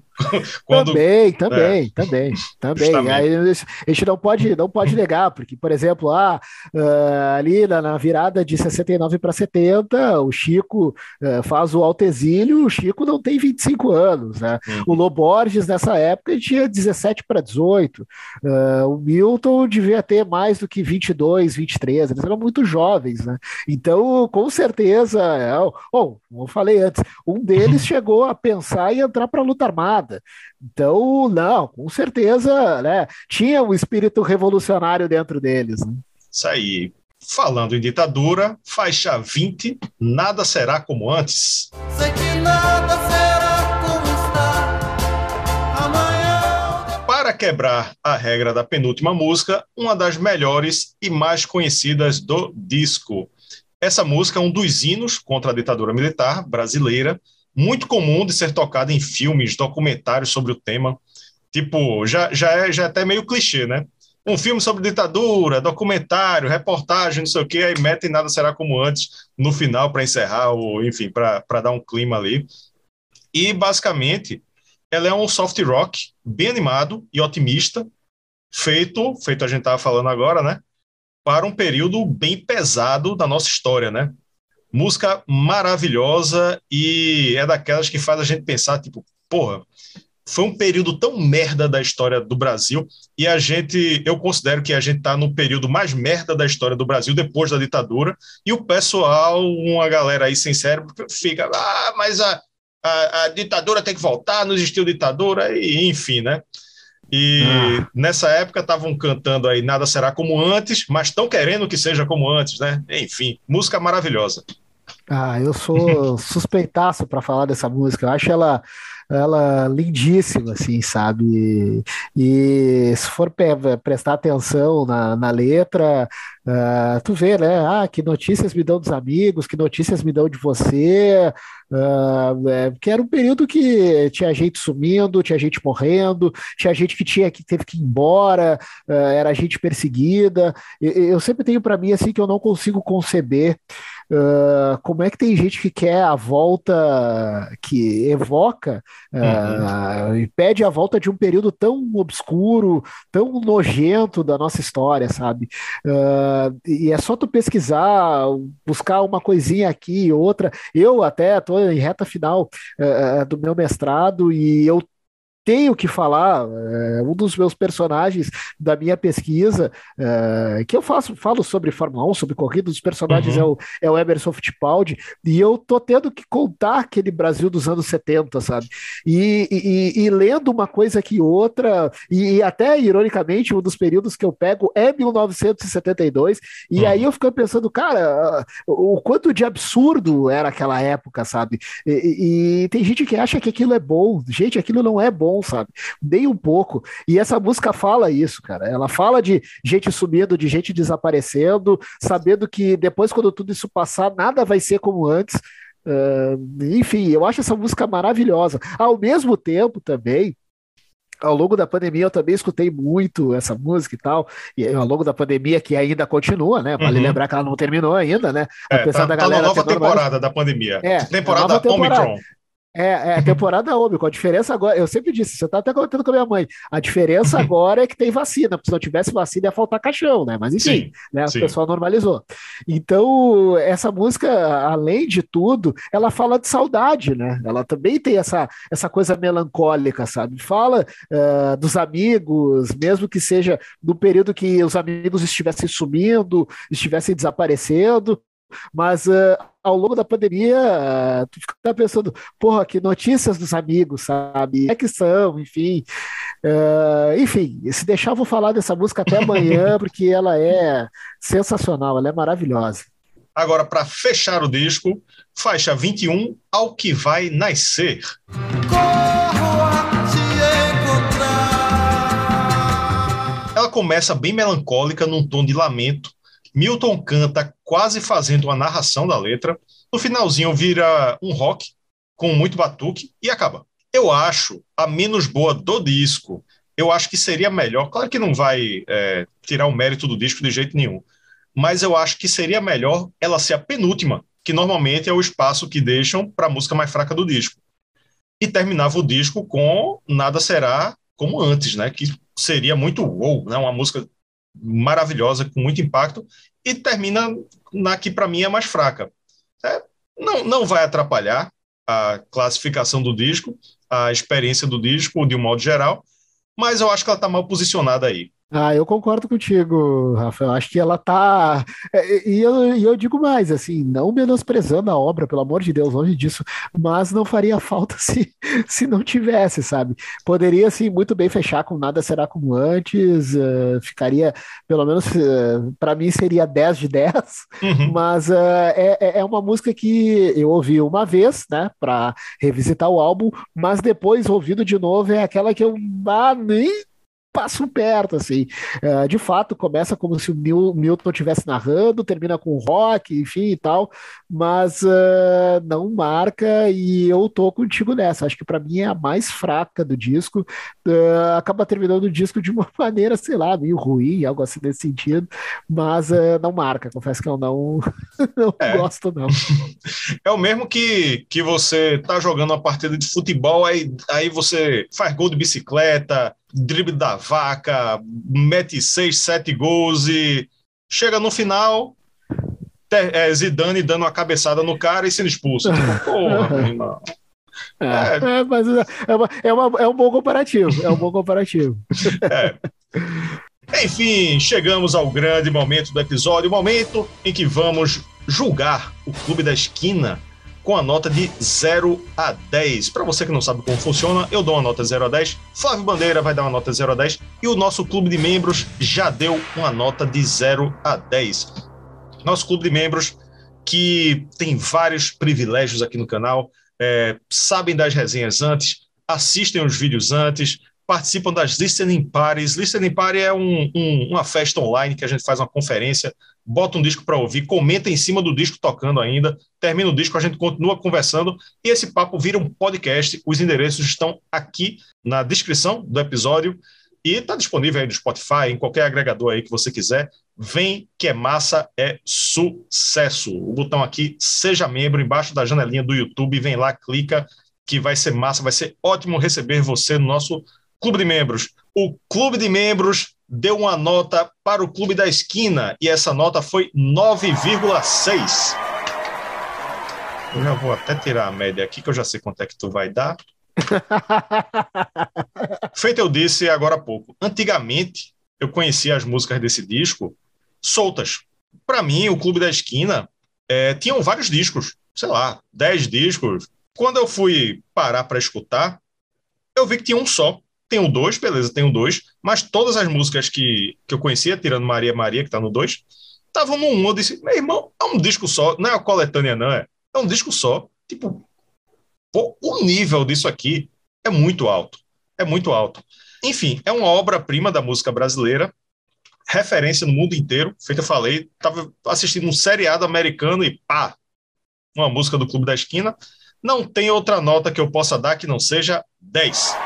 Também. Aí a gente não pode negar, porque, por exemplo, ali na virada de 69 para 70, o Chico faz o Alto Exílio, o Chico não tem 25 anos, né? O Lô Borges, nessa época, ele tinha 17 para 18. O Milton devia ter mais do que 22, 23, eles eram muito jovens, né? Então, com certeza, como eu falei antes, um deles chegou a pensar em entrar para a luta armada. Então, não, com certeza, né, tinha um espírito revolucionário dentro deles. Né? Isso aí. Falando em ditadura, faixa 20, Nada Será Como Antes. Sei que nada será como está amanhã. Para quebrar a regra da penúltima música, uma das melhores e mais conhecidas do disco. Essa música é um dos hinos contra a ditadura militar brasileira, muito comum de ser tocada em filmes, documentários sobre o tema. Tipo, já é até meio clichê, né? Um filme sobre ditadura, documentário, reportagem, não sei o quê, aí metem Nada Será Como Antes no final para encerrar, enfim, para dar um clima ali. E, basicamente, ela é um soft rock bem animado e otimista, feito a gente estava falando agora, né? Para um período bem pesado da nossa história, né? Música maravilhosa e é daquelas que faz a gente pensar, tipo, porra, foi um período tão merda da história do Brasil e eu considero que a gente tá no período mais merda da história do Brasil depois da ditadura e o pessoal, uma galera aí sem cérebro, fica, mas a ditadura tem que voltar, não existiu ditadura, e enfim, né? E nessa época estavam cantando aí Nada Será Como Antes, mas estão querendo que seja como antes, né? Enfim, música maravilhosa. Eu sou suspeitaço para falar dessa música. Eu acho ela lindíssima, assim, sabe? E se for prestar atenção na letra, tu vê, né? Que notícias me dão dos amigos, que notícias me dão de você. Que era um período que tinha gente sumindo, tinha gente morrendo, tinha gente que teve que ir embora, era gente perseguida. Eu sempre tenho para mim assim que eu não consigo conceber como é que tem gente que quer a volta, que evoca e pede a volta de um período tão obscuro, tão nojento da nossa história, sabe? E é só tu pesquisar, buscar uma coisinha aqui e outra. Eu até estou em reta final do meu mestrado e eu tenho que falar, um dos meus personagens da minha pesquisa, que eu falo sobre Fórmula 1, sobre corrida, os personagens é o Emerson Fittipaldi, e eu tô tendo que contar aquele Brasil dos anos 70, sabe? E lendo uma coisa que outra, e até, ironicamente, um dos períodos que eu pego é 1972, e aí eu fico pensando, cara, o quanto de absurdo era aquela época, sabe? E tem gente que acha que aquilo é bom. Gente, aquilo não é bom, sabe? Nem um pouco. E essa música fala isso, cara. Ela fala de gente sumindo, de gente desaparecendo, sabendo que depois, quando tudo isso passar, nada vai ser como antes. Enfim, eu acho essa música maravilhosa. Ao mesmo tempo, também, ao longo da pandemia eu também escutei muito essa música e tal, e ao longo da pandemia que ainda continua, né? Vale lembrar que ela não terminou ainda, né? Apesar da galera na nova temporada da pandemia. Temporada Omicron. A temporada Ômicron. A diferença agora, eu sempre disse, você tá até comentando com a minha mãe, a diferença agora é que tem vacina, porque se não tivesse vacina ia faltar caixão, né? Mas enfim, o pessoal normalizou. Então, essa música, além de tudo, ela fala de saudade, né? Ela também tem essa coisa melancólica, sabe? Fala dos amigos, mesmo que seja no período que os amigos estivessem sumindo, estivessem desaparecendo, mas ao longo da pandemia tu fica pensando, porra, que notícias dos amigos, sabe? É que são, enfim. Enfim, se deixar eu vou falar dessa música até amanhã, porque ela é sensacional, ela é maravilhosa. Agora, para fechar o disco, faixa 21, Ao Que Vai Nascer. Corro a te encontrar. começa bem melancólica, num tom de lamento. Milton canta quase fazendo uma narração da letra. No finalzinho vira um rock com muito batuque e acaba. Eu acho a menos boa do disco. Eu acho que seria melhor. Claro que não vai tirar o mérito do disco de jeito nenhum. Mas eu acho que seria melhor ela ser a penúltima, que normalmente é o espaço que deixam para a música mais fraca do disco. E terminava o disco com Nada Será Como Antes, né? Que seria muito wow, né? Uma música maravilhosa, com muito impacto, e termina na que para mim é mais fraca. Não vai atrapalhar a classificação do disco, a experiência do disco, de um modo geral, mas eu acho que ela está mal posicionada aí. Eu concordo contigo, Rafael. Acho que ela tá. E eu digo mais, assim, não menosprezando a obra, pelo amor de Deus, longe disso, mas não faria falta se não tivesse, sabe? Poderia, assim, muito bem fechar com Nada Será Como Antes, ficaria, pelo menos, para mim seria 10 de 10, mas é uma música que eu ouvi uma vez, né, para revisitar o álbum, mas depois, ouvindo de novo, é aquela que eu nem passo perto, assim. De fato, começa como se o Milton estivesse narrando, termina com rock, enfim e tal, mas não marca, e eu tô contigo nessa. Acho que para mim é a mais fraca do disco. Acaba terminando o disco de uma maneira, sei lá, meio ruim, algo assim nesse sentido, mas não marca. Confesso que eu não gosto, não. É o mesmo que você tá jogando uma partida de futebol, aí você faz gol de bicicleta, drible da vaca, mete 6, 7 gols e chega no final, Zidane dando uma cabeçada no cara e sendo expulso. Porra, meu irmão. Mas é um bom comparativo. É um bom comparativo. Enfim, chegamos ao grande momento do episódio, o momento em que vamos julgar o Clube da Esquina com a nota de 0 a 10. Para você que não sabe como funciona, eu dou uma nota 0 a 10, Flávio Bandeira vai dar uma nota 0 a 10 e o nosso clube de membros já deu uma nota de 0 a 10. Nosso clube de membros, que tem vários privilégios aqui no canal, sabem das resenhas antes, assistem os vídeos antes, participam das Listening Parties. Listening Party é uma festa online que a gente faz uma conferência, bota um disco para ouvir, comenta em cima do disco tocando ainda, termina o disco, a gente continua conversando e esse papo vira um podcast. Os endereços estão aqui na descrição do episódio e está disponível aí no Spotify, em qualquer agregador aí que você quiser. Vem que é massa, é sucesso. O botão aqui, seja membro, embaixo da janelinha do YouTube, vem lá, clica, que vai ser massa, vai ser ótimo receber você no nosso Clube de Membros. O Clube de Membros deu uma nota para o Clube da Esquina e essa nota foi 9,6. Eu já vou até tirar a média aqui, que eu já sei quanto é que tu vai dar. Feito eu disse agora há pouco, antigamente eu conhecia as músicas desse disco soltas. Para mim, o Clube da Esquina tinham vários discos, sei lá, 10 discos. Quando eu fui parar para escutar, eu vi que tinha um só. Tem o 2, beleza, tem o 2, mas todas as músicas que eu conhecia, tirando Maria Maria, que tá no 2, estavam no 1. Eu disse, meu irmão, é um disco só, não é a coletânea, não, é um disco só. Tipo, pô, o nível disso aqui é muito alto, é muito alto. Enfim, é uma obra-prima da música brasileira, referência no mundo inteiro. Feito eu falei, tava assistindo um seriado americano e pá, uma música do Clube da Esquina. Não tem outra nota que eu possa dar que não seja 10.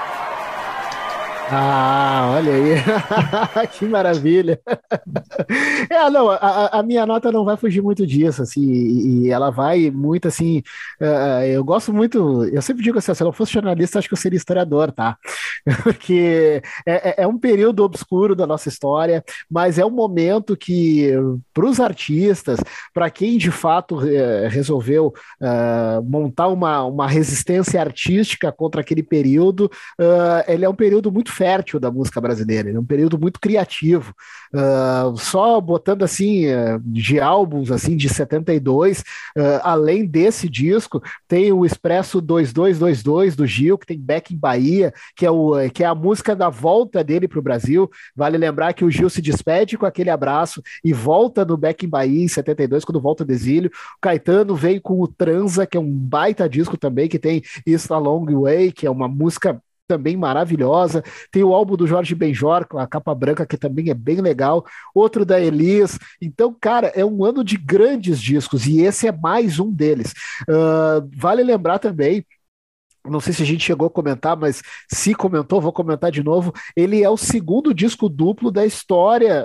Olha aí, que maravilha. Não, a minha nota não vai fugir muito disso, assim, e ela vai muito, assim, eu gosto muito, eu sempre digo assim, se eu não fosse jornalista, acho que eu seria historiador, tá? Porque é um período obscuro da nossa história, mas é um momento que, para os artistas, para quem de fato resolveu montar uma resistência artística contra aquele período, ele é um período muito fértil da música brasileira, ele é um período muito criativo. Só botando assim, de álbuns assim, de 72, além desse disco, tem o Expresso 2222 do Gil, que tem Beck em Bahia, que é a música da volta dele para o Brasil. Vale lembrar que o Gil se despede com aquele abraço e volta no Beck em Bahia em 72, quando volta do exílio. O Caetano veio com o Transa, que é um baita disco também, que tem It's a Long Way, que é uma música também maravilhosa. Tem o álbum do Jorge Benjor, com a capa branca, que também é bem legal. Outro da Elis. Então, cara, é um ano de grandes discos, e esse é mais um deles. Vale lembrar também, não sei se a gente chegou a comentar, mas se comentou, vou comentar de novo. Ele é o segundo disco duplo da história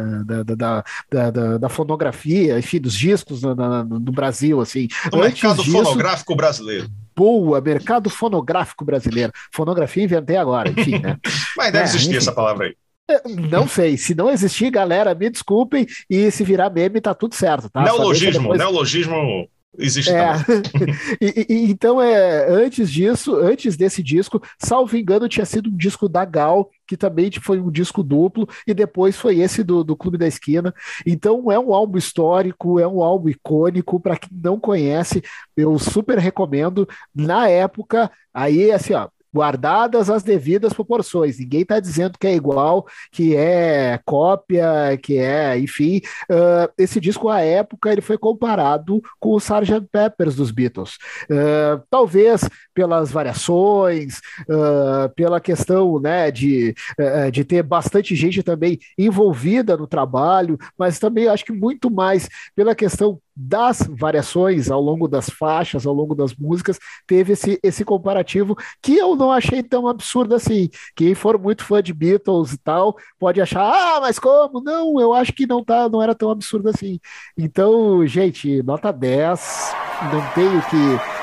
da fonografia, enfim, dos discos no Brasil, assim. No mercado fonográfico brasileiro. Boa, mercado fonográfico brasileiro. Fonografia inventei agora, enfim, né? Mas deve existir essa palavra aí. Não sei, se não existir, galera, me desculpem, e se virar meme, tá tudo certo, tá? Neologismo existe também. Então, antes desse disco, salvo engano, tinha sido um disco da Gal, que também foi um disco duplo, e depois foi esse do Clube da Esquina. Então, é um álbum histórico, é um álbum icônico. Para quem não conhece, eu super recomendo. Na época, aí, assim, ó, guardadas as devidas proporções. Ninguém está dizendo que é igual, que é cópia, que é, enfim. Esse disco, à época, ele foi comparado com o Sgt. Pepper's dos Beatles. Talvez pelas variações, pela questão, né, de ter bastante gente também envolvida no trabalho, mas também acho que muito mais pela questão das variações ao longo das faixas, ao longo das músicas, teve esse comparativo que eu não achei tão absurdo assim. Quem for muito fã de Beatles e tal, pode achar, mas como? Não, eu acho que não era tão absurdo assim. Então, gente, nota 10, não tenho que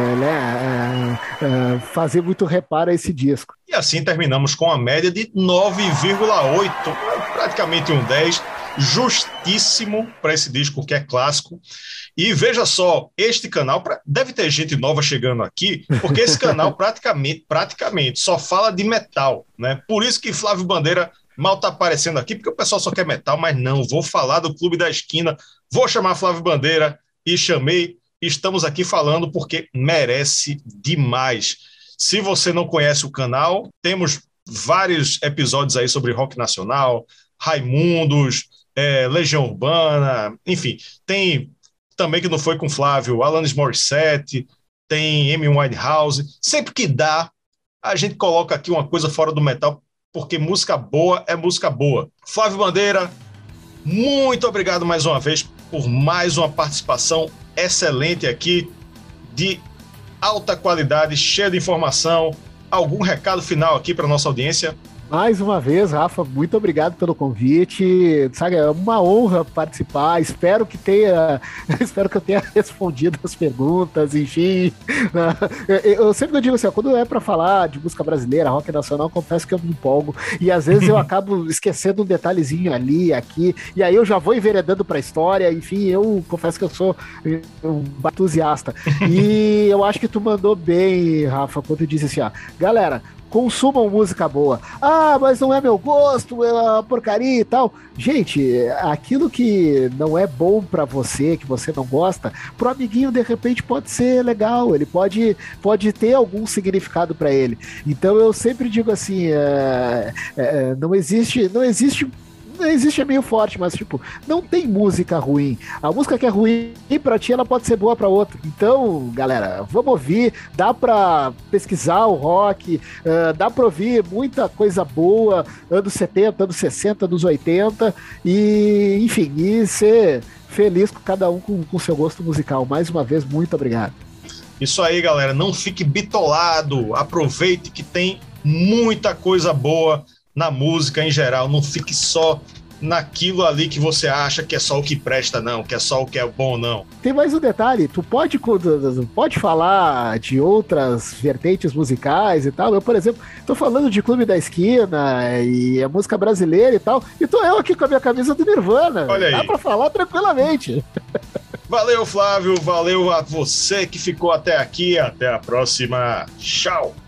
fazer muito reparo a esse disco. E assim terminamos com a média de 9,8, praticamente um 10, justíssimo para esse disco que é clássico. E veja só, este canal, deve ter gente nova chegando aqui, porque esse canal praticamente só fala de metal, né? Por isso que Flávio Bandeira mal está aparecendo aqui, porque o pessoal só quer metal, mas não, vou falar do Clube da Esquina, vou chamar Flávio Bandeira, e chamei, estamos aqui falando porque merece demais. Se você não conhece o canal, temos vários episódios aí sobre rock nacional, Raimundos, Legião Urbana, enfim, tem também que não foi com Flávio, Alanis Morissette, tem Amy Winehouse. Sempre que dá, a gente coloca aqui uma coisa fora do metal, porque música boa é música boa. Flávio Bandeira, muito obrigado mais uma vez por mais uma participação excelente aqui, de alta qualidade, cheia de informação. Algum recado final aqui para nossa audiência? Mais uma vez, Rafa, muito obrigado pelo convite. Sabe, é uma honra participar. Espero que eu tenha respondido as perguntas, enfim. Eu sempre digo assim, quando é para falar de música brasileira, rock nacional, confesso que eu me empolgo. E às vezes eu acabo esquecendo um detalhezinho ali, aqui, e aí eu já vou enveredando para a história. Enfim, eu confesso que eu sou um entusiasta. E eu acho que tu mandou bem, Rafa, quando tu disse assim, galera, consumam música boa. Mas não é meu gosto, é uma porcaria e tal. Gente, aquilo que não é bom pra você, que você não gosta, pro amiguinho de repente pode ser legal, ele pode ter algum significado pra ele. Então eu sempre digo assim, não existe é meio forte, mas tipo, não tem música ruim. A música que é ruim pra ti, ela pode ser boa pra outra. Então, galera, vamos ouvir, dá pra pesquisar o rock, dá pra ouvir muita coisa boa, anos 70, anos 60, anos 80, e enfim, e ser feliz com cada um com seu gosto musical. Mais uma vez, muito obrigado. Isso aí, galera, não fique bitolado, aproveite que tem muita coisa boa na música em geral, não fique só naquilo ali que você acha que é só o que presta, não, que é só o que é bom, não. Tem mais um detalhe, tu pode falar de outras vertentes musicais e tal. Eu, por exemplo, tô falando de Clube da Esquina e a música brasileira e tal, e tô eu aqui com a minha camisa do Nirvana. Olha aí. Dá pra falar tranquilamente. Valeu, Flávio, valeu a você que ficou até aqui, até a próxima, tchau!